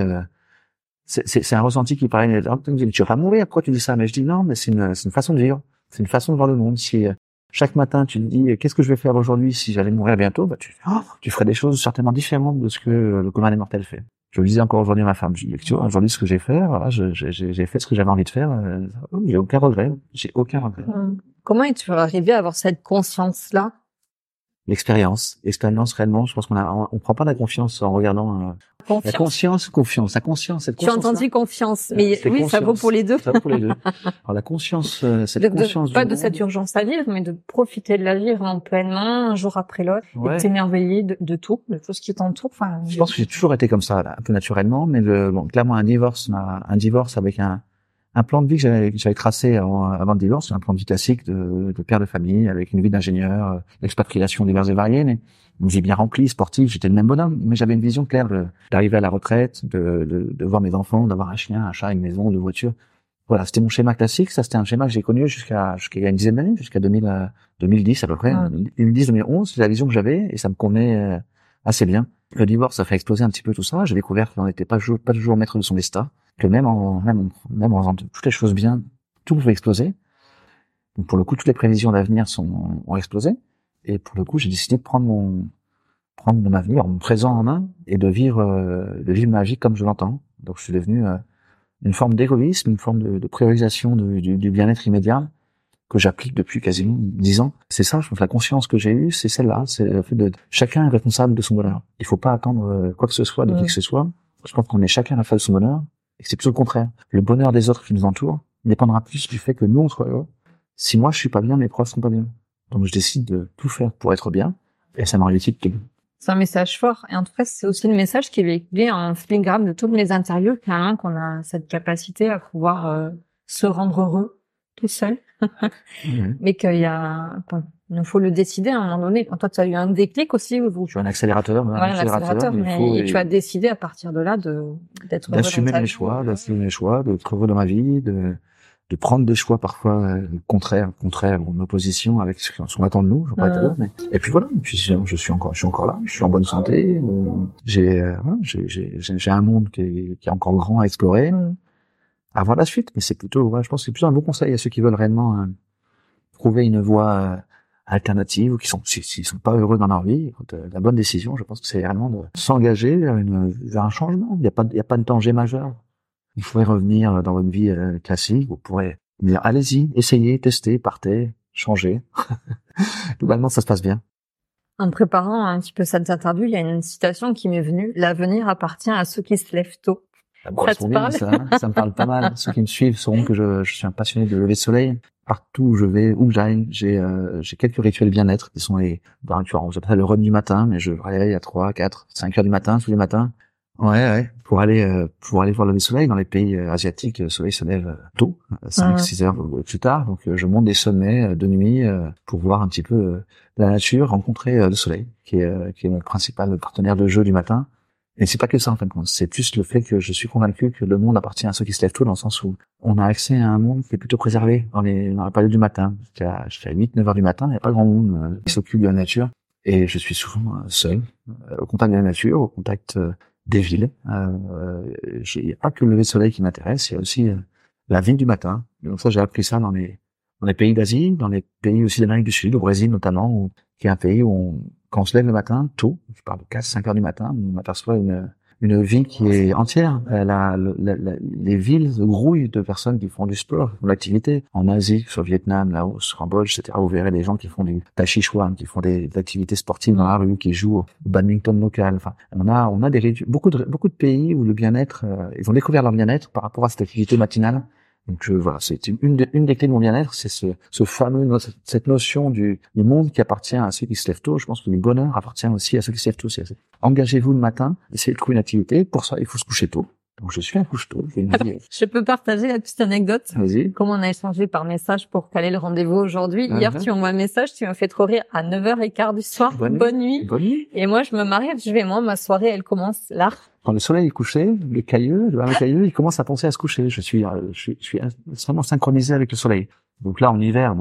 C'est un ressenti qui paraît. Tu vas pas mourir. Pourquoi tu dis ça? Mais je dis non, mais c'est une façon de vivre. C'est une façon de voir le monde. Si chaque matin tu te dis qu'est-ce que je vais faire aujourd'hui si j'allais mourir bientôt, bah tu ferais des choses certainement différentes de ce que le commun des mortels fait. Je le disais encore aujourd'hui à ma femme, je dis tu vois aujourd'hui ce que j'ai fait, voilà, j'ai fait ce que j'avais envie de faire, j'ai aucun regret. Comment es-tu arrivé à avoir cette conscience là? L'expérience réellement, je pense on prend pas la confiance en regardant la confiance. Tu as entendu confiance, mais oui, confiance, ça vaut pour les deux. Ça vaut pour les deux. Alors la conscience, conscience pas de cette urgence à vivre, mais de profiter de la vie vraiment pleinement, un jour après l'autre, et de t'émerveiller de tout ce qui t'entoure. Enfin, je pense que j'ai toujours été comme ça, là, un peu naturellement, mais clairement un divorce avec un plan de vie que j'avais tracé avant le divorce, un plan de vie classique de père de famille, avec une vie d'ingénieur, d'expatriation diverses et variées, mais une vie bien remplie, sportive, j'étais le même bonhomme, mais j'avais une vision claire d'arriver à la retraite, de voir mes enfants, d'avoir un chien, un chat, une maison, une voiture. Voilà, c'était mon schéma classique, ça c'était un schéma que j'ai connu jusqu'à une dizaine d'années, jusqu'à 2010 à peu près, 2010-2011, c'est la vision que j'avais, et ça me convenait assez bien. Le divorce, ça fait exploser un petit peu tout ça, j'ai découvert qu'on n'était pas toujours maître de son destin, que même en faisant toutes les choses bien, tout pouvait exploser. Donc pour le coup, toutes les prévisions d'avenir ont explosé. Et pour le coup, j'ai décidé de prendre mon avenir, mon présent en main, et de vivre ma vie comme je l'entends. Donc je suis devenu une forme d'égoïsme, une forme de priorisation du bien-être immédiat que j'applique depuis quasiment 10 ans. C'est ça, je pense, la conscience que j'ai eue, c'est celle-là, c'est le fait de chacun est responsable de son bonheur. Il faut pas attendre quoi que ce soit de qui que ce soit. Je pense qu'on est chacun responsable de son bonheur. Et que c'est plutôt le contraire. Le bonheur des autres qui nous entourent dépendra plus du fait que nous, on soit heureux. Si moi, je suis pas bien, mes proches seront pas bien. Donc, je décide de tout faire pour être bien. Et ça m'arrive C'est un message fort. Et en tout cas, c'est aussi le message qui est véhiculé en filigrane de toutes les interviews, clairement, qu'on a cette capacité à pouvoir se rendre heureux tout seul. Mais il nous faut le décider à un moment donné. Quand toi, tu as eu un déclic aussi. Tu as un accélérateur. Voilà, l'accélérateur. Et tu as décidé à partir de là d'être heureux d'assumer mes choix, d'être heureux dans ma vie, de prendre des choix parfois contraires ou en opposition avec ce qu'on attend de nous. Je pas être mais... Et puis voilà. Et puis je suis encore là. Je suis en bonne santé. J'ai un monde qui est encore grand à explorer. À voir la suite. Mais c'est plutôt, je pense que c'est plutôt un bon conseil à ceux qui veulent réellement trouver une voie alternative ou s'ils sont pas heureux dans leur vie. La bonne décision, je pense que c'est réellement de s'engager vers un changement. Il y a pas de danger majeur. Il faudrait revenir dans votre vie classique. Vous pourrez dire, allez-y, essayez, testez, partez, changez. Globalement, ça se passe bien. En préparant un petit peu cette interview, il y a une citation qui m'est venue. L'avenir appartient à ceux qui se lèvent tôt. Ça correspond bien, ça me parle pas mal. Ceux qui me suivent sauront que je suis un passionné de lever de soleil. Partout où je vais, où j'aille, j'ai quelques rituels bien-être qui sont on appelle ça le run du matin, mais je me réveille à 3, 4, 5 heures du matin, tous les matins. Ouais. Pour aller voir le lever de soleil. Dans les pays asiatiques, le soleil se lève tôt, 5, 6 heures plus tard. Donc, je monte des sommets de nuit, pour voir un petit peu la nature, rencontrer le soleil, qui est mon principal partenaire de jeu du matin. Et c'est pas que ça, en fin de compte. C'est plus le fait que je suis convaincu que le monde appartient à ceux qui se lèvent tôt, dans le sens où on a accès à un monde qui est plutôt préservé dans la période du matin. Jusqu'à 8, 9 heures du matin, il n'y a pas grand monde qui s'occupe de la nature. Et je suis souvent seul, au contact de la nature, au contact des villes. Il n'y a pas que le lever de soleil qui m'intéresse, il y a aussi la ville du matin. Donc ça, j'ai appris ça dans les pays d'Asie, dans les pays aussi d'Amérique du Sud, au Brésil notamment, qui est un pays où quand on se lève le matin, tôt, je parle de 4, 5 heures du matin, on aperçoit une vie qui est entière. Les villes grouillent de personnes qui font du sport, qui font de l'activité. En Asie, sur Vietnam, Laos, Cambodge, etc., vous verrez des gens qui font du tai chi chuan, qui font des activités sportives dans la rue, qui jouent au badminton local. Enfin, on a beaucoup de pays où le bien-être, ils ont découvert leur bien-être par rapport à cette activité matinale. Donc voilà, c'est une des clés de mon bien-être, c'est cette notion du monde qui appartient à ceux qui se lèvent tôt. Je pense que le bonheur appartient aussi à ceux qui se lèvent tôt. Engagez-vous le matin, essayez de trouver une activité. Pour ça, il faut se coucher tôt. Donc je suis un couche-tôt. Je peux partager la petite anecdote. Vas-y. Comme on a échangé par message pour caler le rendez-vous aujourd'hui. Hier, tu m'envoies un message, tu m'as fait trop rire à 9h15 du soir. Bonne nuit. Bonne nuit. Et moi, je me marie, ma soirée, elle commence là. Quand le soleil est couché, le cailleux, il commence à penser à se coucher. Je suis extrêmement synchronisé avec le soleil. Donc là, en hiver,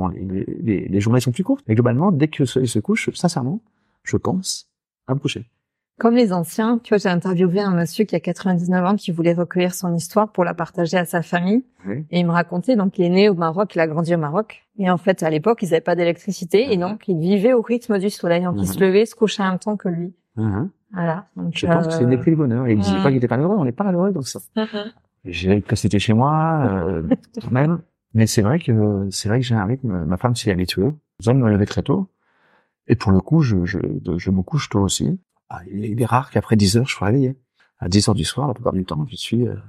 les journées sont plus courtes. Mais globalement, dès que le soleil se couche, sincèrement, je pense à me coucher. Comme les anciens, tu vois, j'ai interviewé un monsieur qui a 99 ans qui voulait recueillir son histoire pour la partager à sa famille. Oui. Et il me racontait, donc, il est né au Maroc, il a grandi au Maroc. Et en fait, à l'époque, ils n'avaient pas d'électricité. Et donc, il vivait au rythme du soleil. Donc, il se levait, se couchait en même temps que lui. Voilà. Donc, je pense que c'est une clé de bonheur. Et il disait pas qu'il était pas heureux. On n'est pas malheureux dans ça. J'ai que c'était chez moi, même. Mais c'est vrai que j'ai un rythme. Ma femme s'y est habituée. J'aime me lever très tôt. Et pour le coup, je me couche tôt aussi. Il est rare qu'après 10 heures, je sois réveillé. À 10 heures du soir, la plupart du temps, je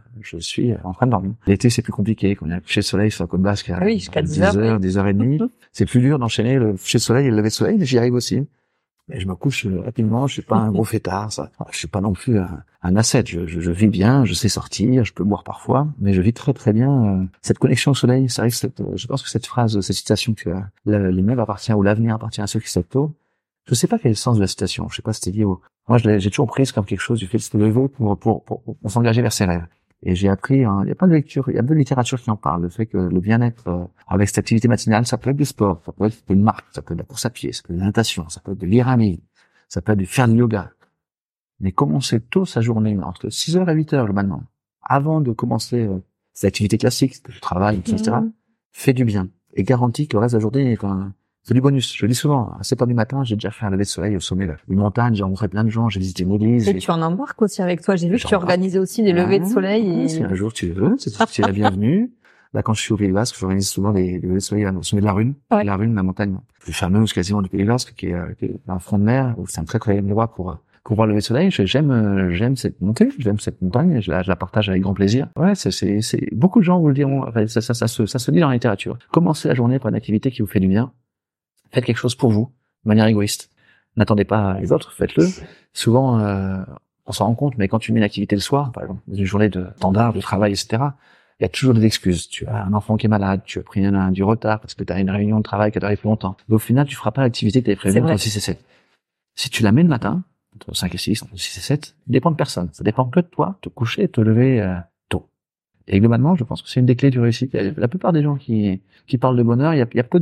suis en train de dormir. L'été, c'est plus compliqué. Quand il y a le coucher de soleil sur la côte basque à 10 heures, 10h30, c'est plus dur d'enchaîner le coucher de soleil et le lever de soleil, mais j'y arrive aussi. Mais je me couche rapidement, je suis pas un gros fêtard, ça. Je suis pas non plus un ascète. Je vis bien, je sais sortir, je peux boire parfois, mais je vis très très bien cette connexion au soleil. C'est vrai que je pense que cette phrase, cette citation que l'immeuble appartient ou l'avenir appartient à ceux qui se lèvent tôt. Je sais pas quel est le sens de la citation. Je sais pas si c'était lié au... Moi, j'ai toujours prise comme quelque chose du fait de se lever pour s'engager vers ses rêves. Et j'ai appris, il y a pas de lecture, il y a peu de littérature qui en parle. Le fait que le bien-être, avec cette activité matinale, ça peut être du sport, ça peut être une marche, ça peut être de la course à pied, ça peut être de la natation, ça peut être de l'irami, ça peut être du faire du yoga. Mais commencer tôt sa journée, entre 6h et 8h, globalement, avant de commencer ses activités classiques, le travail, etc., fait du bien. Et garantit que le reste de la journée c'est du bonus. Je le dis souvent, à 7h du matin, j'ai déjà fait un lever de soleil au sommet d'une montagne, j'ai rencontré plein de gens, j'ai visité une église. Et tu en embarques aussi avec toi. J'ai vu que tu organisais aussi des levées de soleil. Si un jour tu veux, c'est la bienvenue. Là, quand je suis au Pays Basque, j'organise souvent des levées de soleil au sommet de la Rune. Ouais. La Rune, la montagne plus fameuse quasiment du Pays Basque, qui est un front de mer, où c'est un très très bel endroit pour voir le lever de soleil. J'aime cette montée, j'aime cette montagne, je la partage avec grand plaisir. Ouais, c'est beaucoup de gens vous le diront. Enfin, ça se dit dans la littérature. Commencez la journée par une activité qui vous fait du bien. Faites quelque chose pour vous, de manière égoïste. N'attendez pas les autres, faites-le. Souvent, on s'en rend compte, mais quand tu mets une activité le soir, par exemple, une journée de standard, de travail, etc., il y a toujours des excuses. Tu as un enfant qui est malade, tu as pris du retard parce que tu as une réunion de travail qui a duré plus longtemps. Mais au final, tu feras pas l'activité que tu avais prévue entre 6 et 7. Si tu la mets le matin, entre 5 et 6, entre 6 et 7, ça dépend de personne. Ça dépend que de toi, te coucher et te lever tôt. Et globalement, je pense que c'est une des clés du réussite. La plupart des gens qui parlent de bonheur, il y a peu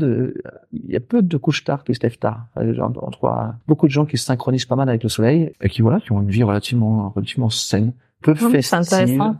de couches tard qui se lèvent tard. On trouve beaucoup de gens qui se synchronisent pas mal avec le soleil et qui ont une vie relativement saine. Peu festive.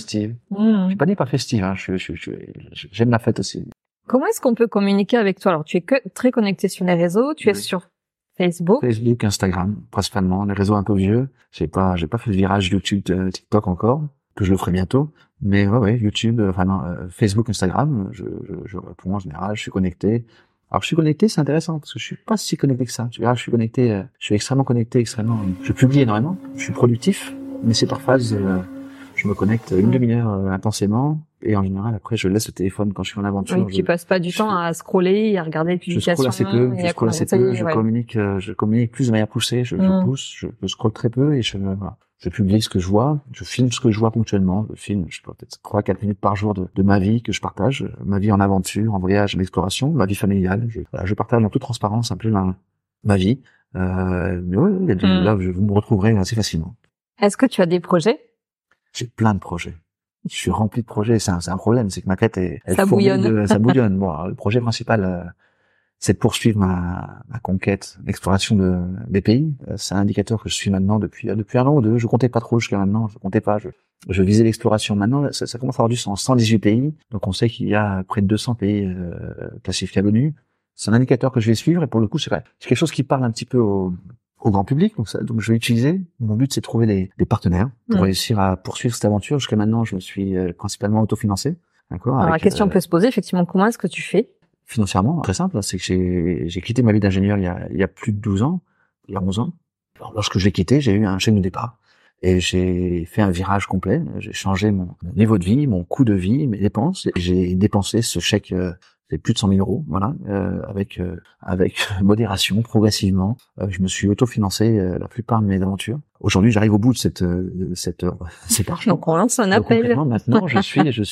Je suis pas dit pas festive, hein. J'aime la fête aussi. Comment est-ce qu'on peut communiquer avec toi? Alors, tu es très connecté sur les réseaux, tu es sur Facebook, Instagram, principalement, les réseaux un peu vieux. J'ai pas fait le virage YouTube, TikTok encore, que je le ferai bientôt. Mais ouais, YouTube, Facebook, Instagram, je réponds en général, je suis connecté. Alors, je suis connecté, c'est intéressant, parce que je suis pas si connecté que ça. Tu verras, je suis connecté, je suis extrêmement connecté, je publie énormément, je suis productif. Mais c'est par phase, je me connecte une demi-heure intensément, et en général après je laisse le téléphone quand je suis en aventure. Oui, tu passes pas du temps à scroller, à regarder les publications. Je scrolle assez peu, je communique plus de manière poussée, je scrolle très peu et je publie ce que je vois, je filme ce que je vois ponctuellement, je filme peut-être 3-4 minutes par jour de ma vie que je partage, ma vie en aventure, en voyage, en exploration, ma vie familiale, je partage en toute transparence un peu ma vie. Mais ouais, là vous me retrouverez assez facilement. Est-ce que tu as des projets? J'ai plein de projets. Je suis rempli de projets. C'est un problème, c'est que ma tête ça bouillonne. Ça bouillonne. Bon, alors, le projet principal, c'est de poursuivre ma conquête, l'exploration des pays. C'est un indicateur que je suis maintenant depuis 1 an ou 2. Je comptais pas trop jusqu'à maintenant. Je visais l'exploration. Maintenant, ça commence à avoir du sens. 118 pays. Donc, on sait qu'il y a près de 200 pays classifiés à l'ONU. C'est un indicateur que je vais suivre et pour le coup, c'est quelque chose qui parle un petit peu au grand public, donc je vais utiliser. Mon but, c'est de trouver des partenaires pour réussir à poursuivre cette aventure. Jusqu'à maintenant, je me suis principalement autofinancé. D'accord. Alors la question peut se poser effectivement, comment est-ce que tu fais? Financièrement, très simple, c'est que j'ai quitté ma vie d'ingénieur il y a plus de 12 ans, il y a 11 ans. Alors, lorsque je l'ai quitté, j'ai eu un chèque de départ et j'ai fait un virage complet. J'ai changé mon niveau de vie, mon coût de vie, mes dépenses. Et j'ai dépensé ce chèque. C'est plus de 100 000 euros, voilà, avec modération, progressivement. Je me suis autofinancé la plupart de mes aventures. Aujourd'hui, j'arrive au bout de cet argent. Donc on lance un appel. Maintenant, je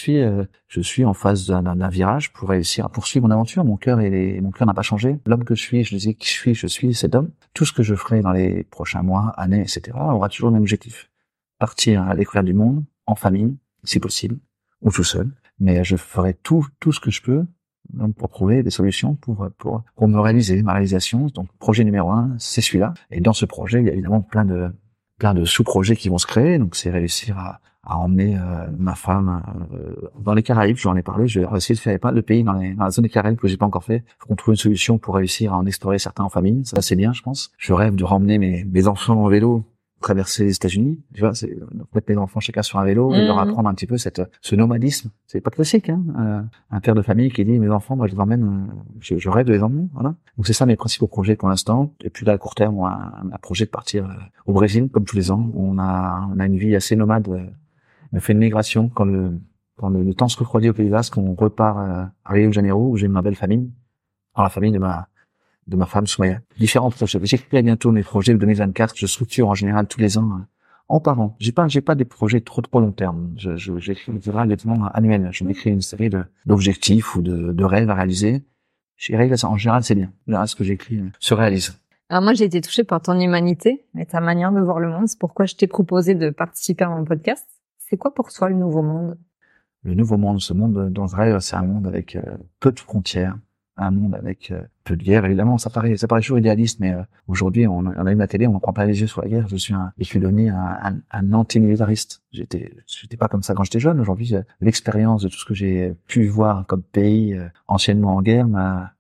suis en phase d'un virage pour réussir à poursuivre mon aventure. Mon cœur n'a pas changé. L'homme que je suis, je suis cet homme. Tout ce que je ferai dans les prochains mois, années, etc., aura toujours le même objectif. Partir à la découverte du monde, en famille, si possible, ou tout seul. Mais je ferai tout ce que je peux pour trouver des solutions pour me réaliser, ma réalisation. Donc, projet numéro 1, c'est celui-là. Et dans ce projet, il y a évidemment plein de sous-projets qui vont se créer. Donc, c'est réussir à emmener ma femme dans les Caraïbes. Je lui en ai parlé. Je vais essayer de faire pas de pays dans la zone des Caraïbes que j'ai pas encore fait. Faut qu'on trouve une solution pour réussir à en explorer certains en famille. Ça, c'est bien, je pense. Je rêve de ramener mes enfants en vélo, traverser les États-Unis, tu vois, c'est mettre mes enfants chacun sur un vélo et leur apprendre un petit peu ce nomadisme. C'est pas classique, hein. Un père de famille qui dit mes enfants, moi je les emmène, je rêve de les emmener, voilà. Donc c'est ça mes principaux projets pour l'instant. Et puis là à court terme, on a un projet de partir au Brésil comme tous les ans. On a une vie assez nomade. On fait une migration quand le temps se refroidit au Pays Basque, on repart à Rio de Janeiro où j'ai ma belle famille, dans la famille de ma femme Soumaya. Différents projets. J'écris bientôt mes projets de 2024. Je structure en général tous les ans en parlant. J'ai pas des projets trop long terme. J'écris exactement annuel. Je m'écris une série d'objectifs ou de rêves à réaliser. En général, c'est bien. En général, ce que j'écris se réalise. Alors moi, j'ai été touchée par ton humanité et ta manière de voir le monde. C'est pourquoi je t'ai proposé de participer à mon podcast. C'est quoi pour toi le nouveau monde? Le nouveau monde, ce monde dont je rêve, c'est un monde avec peu de frontières. Un monde avec peu de guerre. Évidemment, ça paraît toujours idéaliste, mais aujourd'hui, on allume la télé, on ne prend pas les yeux sur la guerre. Je suis devenu un anti-militariste. J'étais pas comme ça quand j'étais jeune. Aujourd'hui, l'expérience de tout ce que j'ai pu voir comme pays anciennement en guerre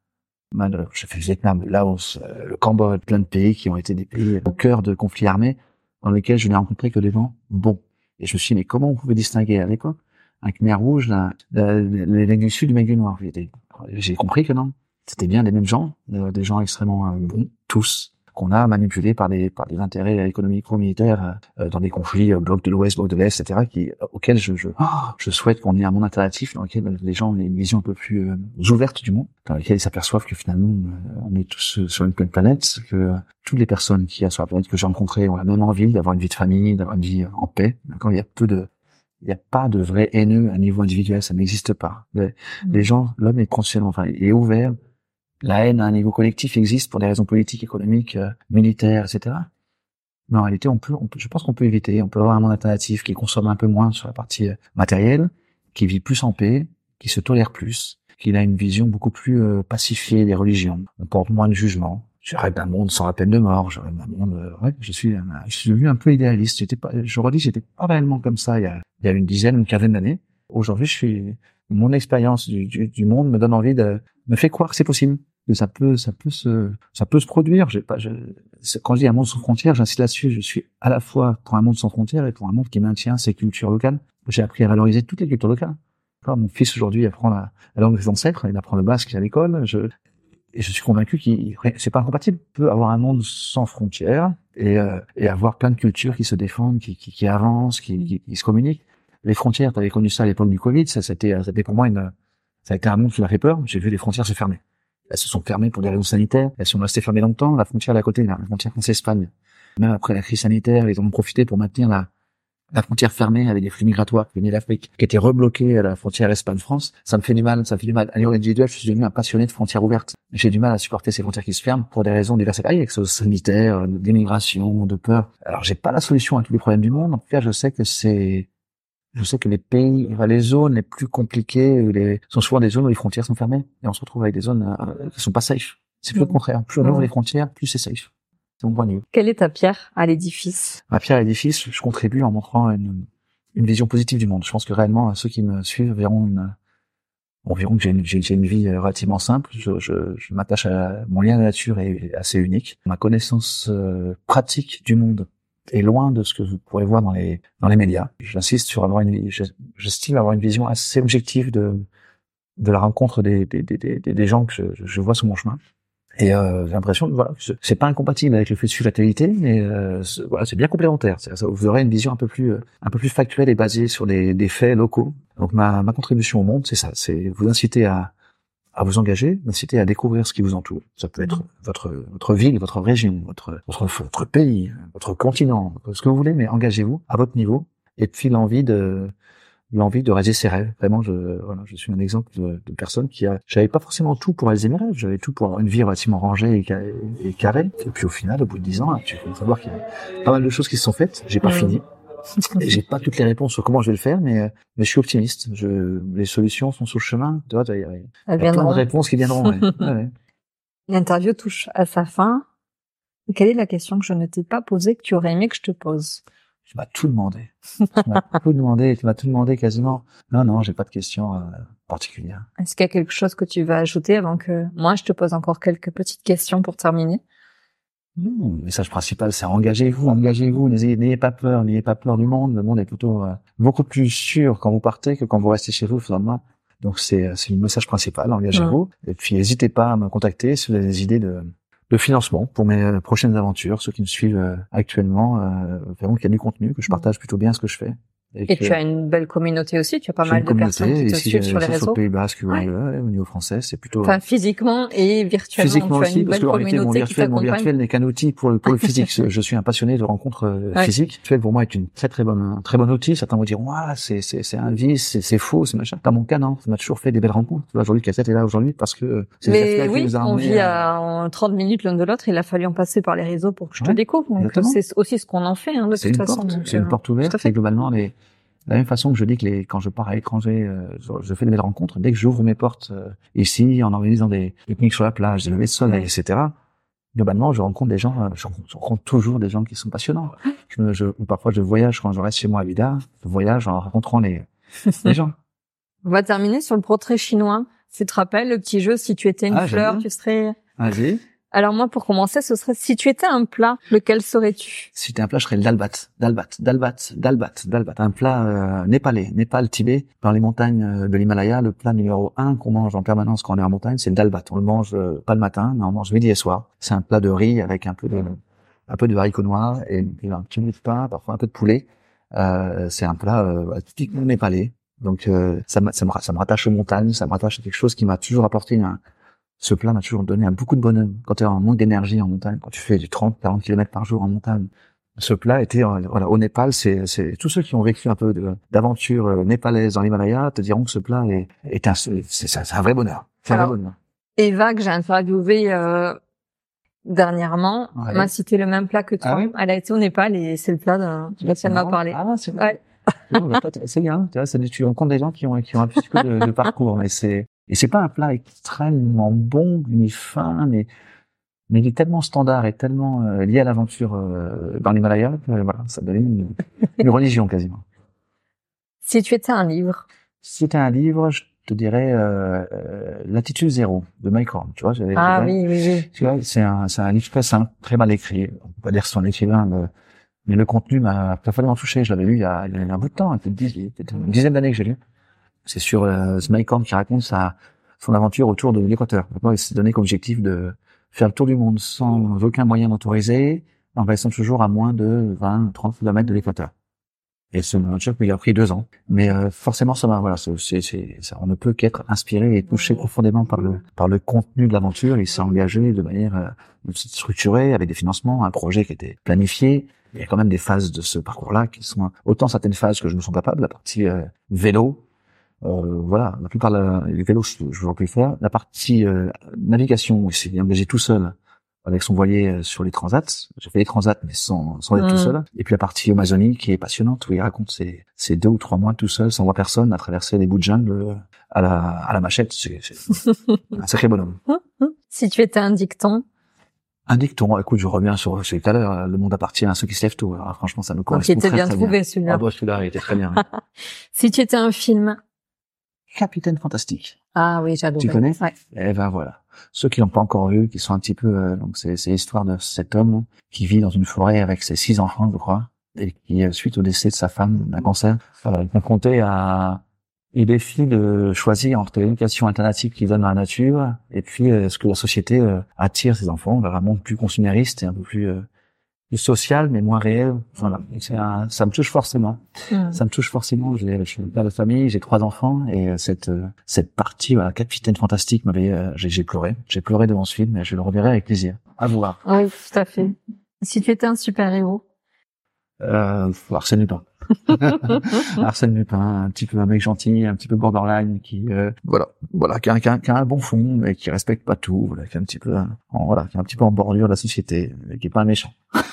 j'ai fait le Vietnam, le Laos, le Cambodge, plein de pays qui ont été des pays au cœur de conflits armés dans lesquels je n'ai rencontré que des gens bons. Et je me suis dit, mais comment on pouvait distinguer à l'époque un Khmer rouge, les mecs du Sud, les mecs du Nord? J'ai compris que non. C'était bien les mêmes gens, des gens extrêmement bons, tous, qu'on a manipulés par des intérêts économico-militaires dans des conflits bloc de l'Ouest, bloc de l'Est, etc. Auxquels je souhaite qu'on ait un monde alternatif dans lequel les gens aient une vision un peu plus ouverte du monde, dans lequel ils s'aperçoivent que finalement on est tous sur une même planète, que toutes les personnes qui y a sur la planète que j'ai rencontrées ont la même envie d'avoir une vie de famille, d'avoir une vie en paix. D'accord, il y a pas de vrai haineux à niveau individuel, ça n'existe pas. Les gens, l'homme est conscient, est ouvert. La haine à un niveau collectif existe pour des raisons politiques, économiques, militaires, etc. Mais en réalité, je pense qu'on peut éviter. On peut avoir un monde alternatif qui consomme un peu moins sur la partie matérielle, qui vit plus en paix, qui se tolère plus, qui a une vision beaucoup plus pacifiée des religions. On porte moins de jugement. Je rêve d'un monde sans la peine de mort. Je rêve d'un monde. Je suis devenu un peu idéaliste. J'étais pas réellement comme ça il y a une quinzaine d'années. Aujourd'hui, mon expérience du monde me donne envie me fait croire que c'est possible, que ça peut se produire. Quand je dis un monde sans frontières, j'insiste là-dessus. Je suis à la fois pour un monde sans frontières et pour un monde qui maintient ses cultures locales. J'ai appris à valoriser toutes les cultures locales. Mon fils aujourd'hui apprend la langue des ancêtres, il apprend le basque à l'école. Et je suis convaincu c'est pas incompatible. On peut avoir un monde sans frontières et avoir plein de cultures qui se défendent, qui avancent, qui se communiquent. Les frontières, t'avais connu ça à l'époque du Covid, c'était pour moi ça a été un monde qui m'a fait peur. J'ai vu les frontières se fermer. Elles se sont fermées pour des raisons sanitaires. Elles sont restées fermées longtemps. La frontière à côté, la frontière France-Espagne. Même après la crise sanitaire, ils en ont profité pour maintenir la frontière fermée avec des flux migratoires qui venaient d'Afrique, qui étaient rebloqués à la frontière Espagne-France. Ça me fait du mal. À niveau individuel, je suis devenu un passionné de frontières ouvertes. J'ai du mal à supporter ces frontières qui se ferment pour des raisons diverses et variées, que ce soit sanitaires, d'immigration, de peur. Alors, j'ai pas la solution à tous les problèmes du monde. En tout cas, je sais que les pays, les zones les plus compliquées, sont souvent des zones où les frontières sont fermées. Et on se retrouve avec des zones qui sont pas safe. C'est plus le contraire. Plus on ouvre les frontières, plus c'est safe. C'est mon point de vue. Quelle est ta pierre à l'édifice? Ma pierre à l'édifice, je contribue en montrant une vision positive du monde. Je pense que réellement, ceux qui me suivent verront que j'ai une vie relativement simple. Je m'attache mon lien à la nature est assez unique. Ma connaissance pratique du monde est loin de ce que vous pourrez voir dans les médias. J'insiste sur j'estime avoir une vision assez objective de la rencontre des gens que je vois sur mon chemin. Et j'ai l'impression que c'est pas incompatible avec le fait de suivre la télé, mais c'est bien complémentaire. Vous aurez une vision un peu plus factuelle et basée sur des faits locaux. Donc ma contribution au monde, c'est ça, c'est vous inciter à vous engager, vous inciter à découvrir ce qui vous entoure. Ça peut être votre ville, votre région, votre pays, votre continent, ce que vous voulez, mais engagez-vous à votre niveau. Et puis l'envie de réaliser ses rêves. Vraiment, je suis un exemple de personne j'avais pas forcément tout pour réaliser mes rêves. J'avais tout pour avoir une vie relativement rangée et carrée. Et puis au final, au bout de 10 ans, tu peux savoir qu'il y a pas mal de choses qui se sont faites. J'ai pas fini. Et j'ai pas toutes les réponses sur comment je vais le faire, mais je suis optimiste. Les solutions sont sur le chemin. Tu vois, il y a plein de réponses qui viendront. Ouais. L'interview touche à sa fin. Quelle est la question que je ne t'ai pas posée que tu aurais aimé que je te pose? Tu m'as tout demandé. Tu m'as tout demandé quasiment. Non, j'ai pas de questions particulières. Est-ce qu'il y a quelque chose que tu veux ajouter avant que moi je te pose encore quelques petites questions pour terminer? Le message principal, c'est engagez-vous, n'ayez pas peur du monde. Le monde est plutôt beaucoup plus sûr quand vous partez que quand vous restez chez vous, finalement. Donc c'est le message principal, engagez-vous. Et puis n'hésitez pas à me contacter si vous avez des idées de financement pour mes prochaines aventures. Ceux qui me suivent actuellement verront qu'il y a du contenu, que je partage plutôt bien ce que je fais. Et tu as une belle communauté aussi, tu as pas mal de personnes qui te suivent sur les réseaux. Sur le Pays Basque, au niveau français, c'est plutôt... Enfin, physiquement et virtuellement. Physiquement aussi, parce que en réalité, mon virtuel n'est qu'un outil pour le physique. Je suis un passionné de rencontres physiques. Le virtuel, pour moi, est une un très bon outil. Certains vont dire, c'est un vice, c'est faux, c'est machin. Dans mon cas, non. Ça m'a toujours fait des belles rencontres. Aujourd'hui, Cassette est là aujourd'hui parce que c'est le virtuel qui nous a amené. On vit en 30 minutes l'un de l'autre. Il a fallu en passer par les réseaux pour que je te découvre. Donc, c'est aussi ce qu'on en fait, de toute façon. C'est une porte ouverte. C'est globalement de la même façon que je dis que quand je pars à l'étranger, je fais des belles rencontres. Dès que j'ouvre mes portes ici, en organisant des pique-niques sur la plage, des levées de soleil, etc. Globalement, je rencontre des gens, je rencontre toujours des gens qui sont passionnants. Parfois, je voyage quand je reste chez moi à Vida. Je voyage en rencontrant les gens. On va terminer sur le portrait chinois. Tu te rappelles le petit jeu, si tu étais une fleur, tu serais... Vas-y. Alors moi, pour commencer, ce serait si tu étais un plat, lequel serais-tu? Si c'était un plat, je serais le dalbat. Un plat népalais, Népal, Tibet, dans les montagnes de l'Himalaya. Le plat numéro 1 qu'on mange en permanence quand on est en montagne, c'est le dalbat. On le mange pas le matin, mais on le mange midi et soir. C'est un plat de riz avec un peu de haricots noirs et un petit bout de pain, parfois un peu de poulet. C'est un plat typiquement népalais. Donc ça me rattache aux montagnes, ça me rattache à quelque chose qui m'a toujours apporté ce plat m'a toujours donné beaucoup de bonheur. Quand tu es en manque d'énergie en montagne, quand tu fais du 30-40 km par jour en montagne, ce plat était, voilà, au Népal, c'est tous ceux qui ont vécu un peu d'aventure népalaise dans l'Himalaya te diront que ce plat c'est un vrai bonheur. C'est un vrai bonheur. Eva, que j'ai interviewée dernièrement, m'a cité le même plat que toi. Ah oui, elle a été au Népal et c'est le plat dont elle m'a parlé. Ah, c'est vrai. Ouais. C'est bien, tu vois, tu rencontres des gens qui ont un petit peu de parcours, mais c'est pas un plat extrêmement bon, ni fin, mais il est tellement standard et tellement lié à l'aventure dans l'Himalaya que voilà, ça donnait une religion quasiment. Si tu étais un livre? Si c'était un livre, je te dirais Latitude Zéro de Mike Horn, tu vois. Oui. Tu vois, c'est un livre très simple, très mal écrit. On peut pas dire son écrivain, mais le contenu m'a parfaitement touché. Je l'avais lu il y a un bout de temps, peut-être une dizaine d'années que j'ai lu. C'est sur Mike Horn qui raconte son aventure autour de l'Équateur. Maintenant, il s'est donné comme objectif de faire le tour du monde sans aucun moyen motorisé, en restant toujours à moins de 20-30 km de l'Équateur. Et c'est une aventure qui a pris 2 ans. Mais forcément, ça, on ne peut qu'être inspiré et touché profondément par le contenu de l'aventure. Il s'est engagé de manière structurée, avec des financements, un projet qui était planifié. Il y a quand même des phases de ce parcours-là qui sont autant certaines phases que je me sens capable, la partie vélo. Voilà, la plupart des vélos, je veux plus faire. La partie navigation, il s'est engagé tout seul avec son voilier sur les transats. J'ai fait les transats, mais sans être tout seul. Et puis la partie Amazonie qui est passionnante, où il raconte ses 2 ou 3 mois tout seul, sans voir personne, à traverser des bouts de jungle à la machette. C'est un sacré bonhomme. Si tu étais un dicton? Un dicton, écoute, je reviens sur tout à l'heure, le monde appartient à ceux qui se lèvent tôt. Alors, franchement, ça me correspond très, très bien. Bien trouvé, celui-là. Ah, celui-là, il était très bien. Si tu étais un film? Capitaine Fantastique. Ah oui, j'adore. Tu connais? Ouais. Eh ben voilà. Ceux qui l'ont pas encore vu, qui sont un petit peu, donc c'est l'histoire de cet homme qui vit dans une forêt avec ses 6 enfants, je crois, et qui, suite au décès de sa femme d'un cancer, est confronté à il défie de choisir entre l'éducation alternative qu'il donne à la nature et puis ce que la société attire ses enfants vers un monde plus consumériste et un peu plus social mais moins réel. Voilà, ça me touche forcément. Ça me touche forcément. Je suis père de famille, j'ai 3 enfants et cette partie, voilà, Capitaine Fantastique j'ai pleuré devant ce film et je le reverrai avec plaisir. À voir. Oui, tout à fait. Si tu étais un super-héros? Arsène Lupin. Arsène Lupin, un petit peu un mec gentil, un petit peu borderline, qui qui a un bon fond, mais qui respecte pas tout, voilà, qui est un petit peu en bordure de la société, mais qui est pas un méchant.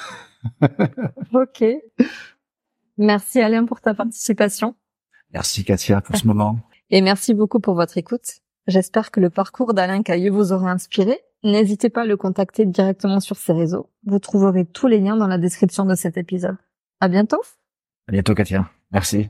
Ok. Merci Alain pour ta participation. Merci Katia pour ce moment. Et merci beaucoup pour votre écoute. J'espère que le parcours d'Alain Cailleux vous aura inspiré. N'hésitez pas à le contacter directement sur ses réseaux. Vous trouverez tous les liens dans la description de cet épisode. À bientôt. À bientôt, Katia. Merci.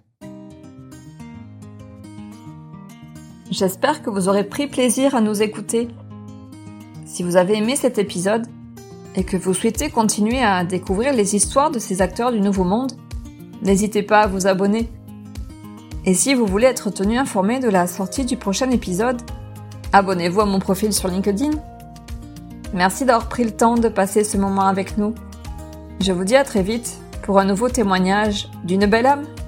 J'espère que vous aurez pris plaisir à nous écouter. Si vous avez aimé cet épisode et que vous souhaitez continuer à découvrir les histoires de ces acteurs du Nouveau Monde, n'hésitez pas à vous abonner. Et si vous voulez être tenu informé de la sortie du prochain épisode, abonnez-vous à mon profil sur LinkedIn. Merci d'avoir pris le temps de passer ce moment avec nous. Je vous dis à très vite pour un nouveau témoignage d'une belle âme.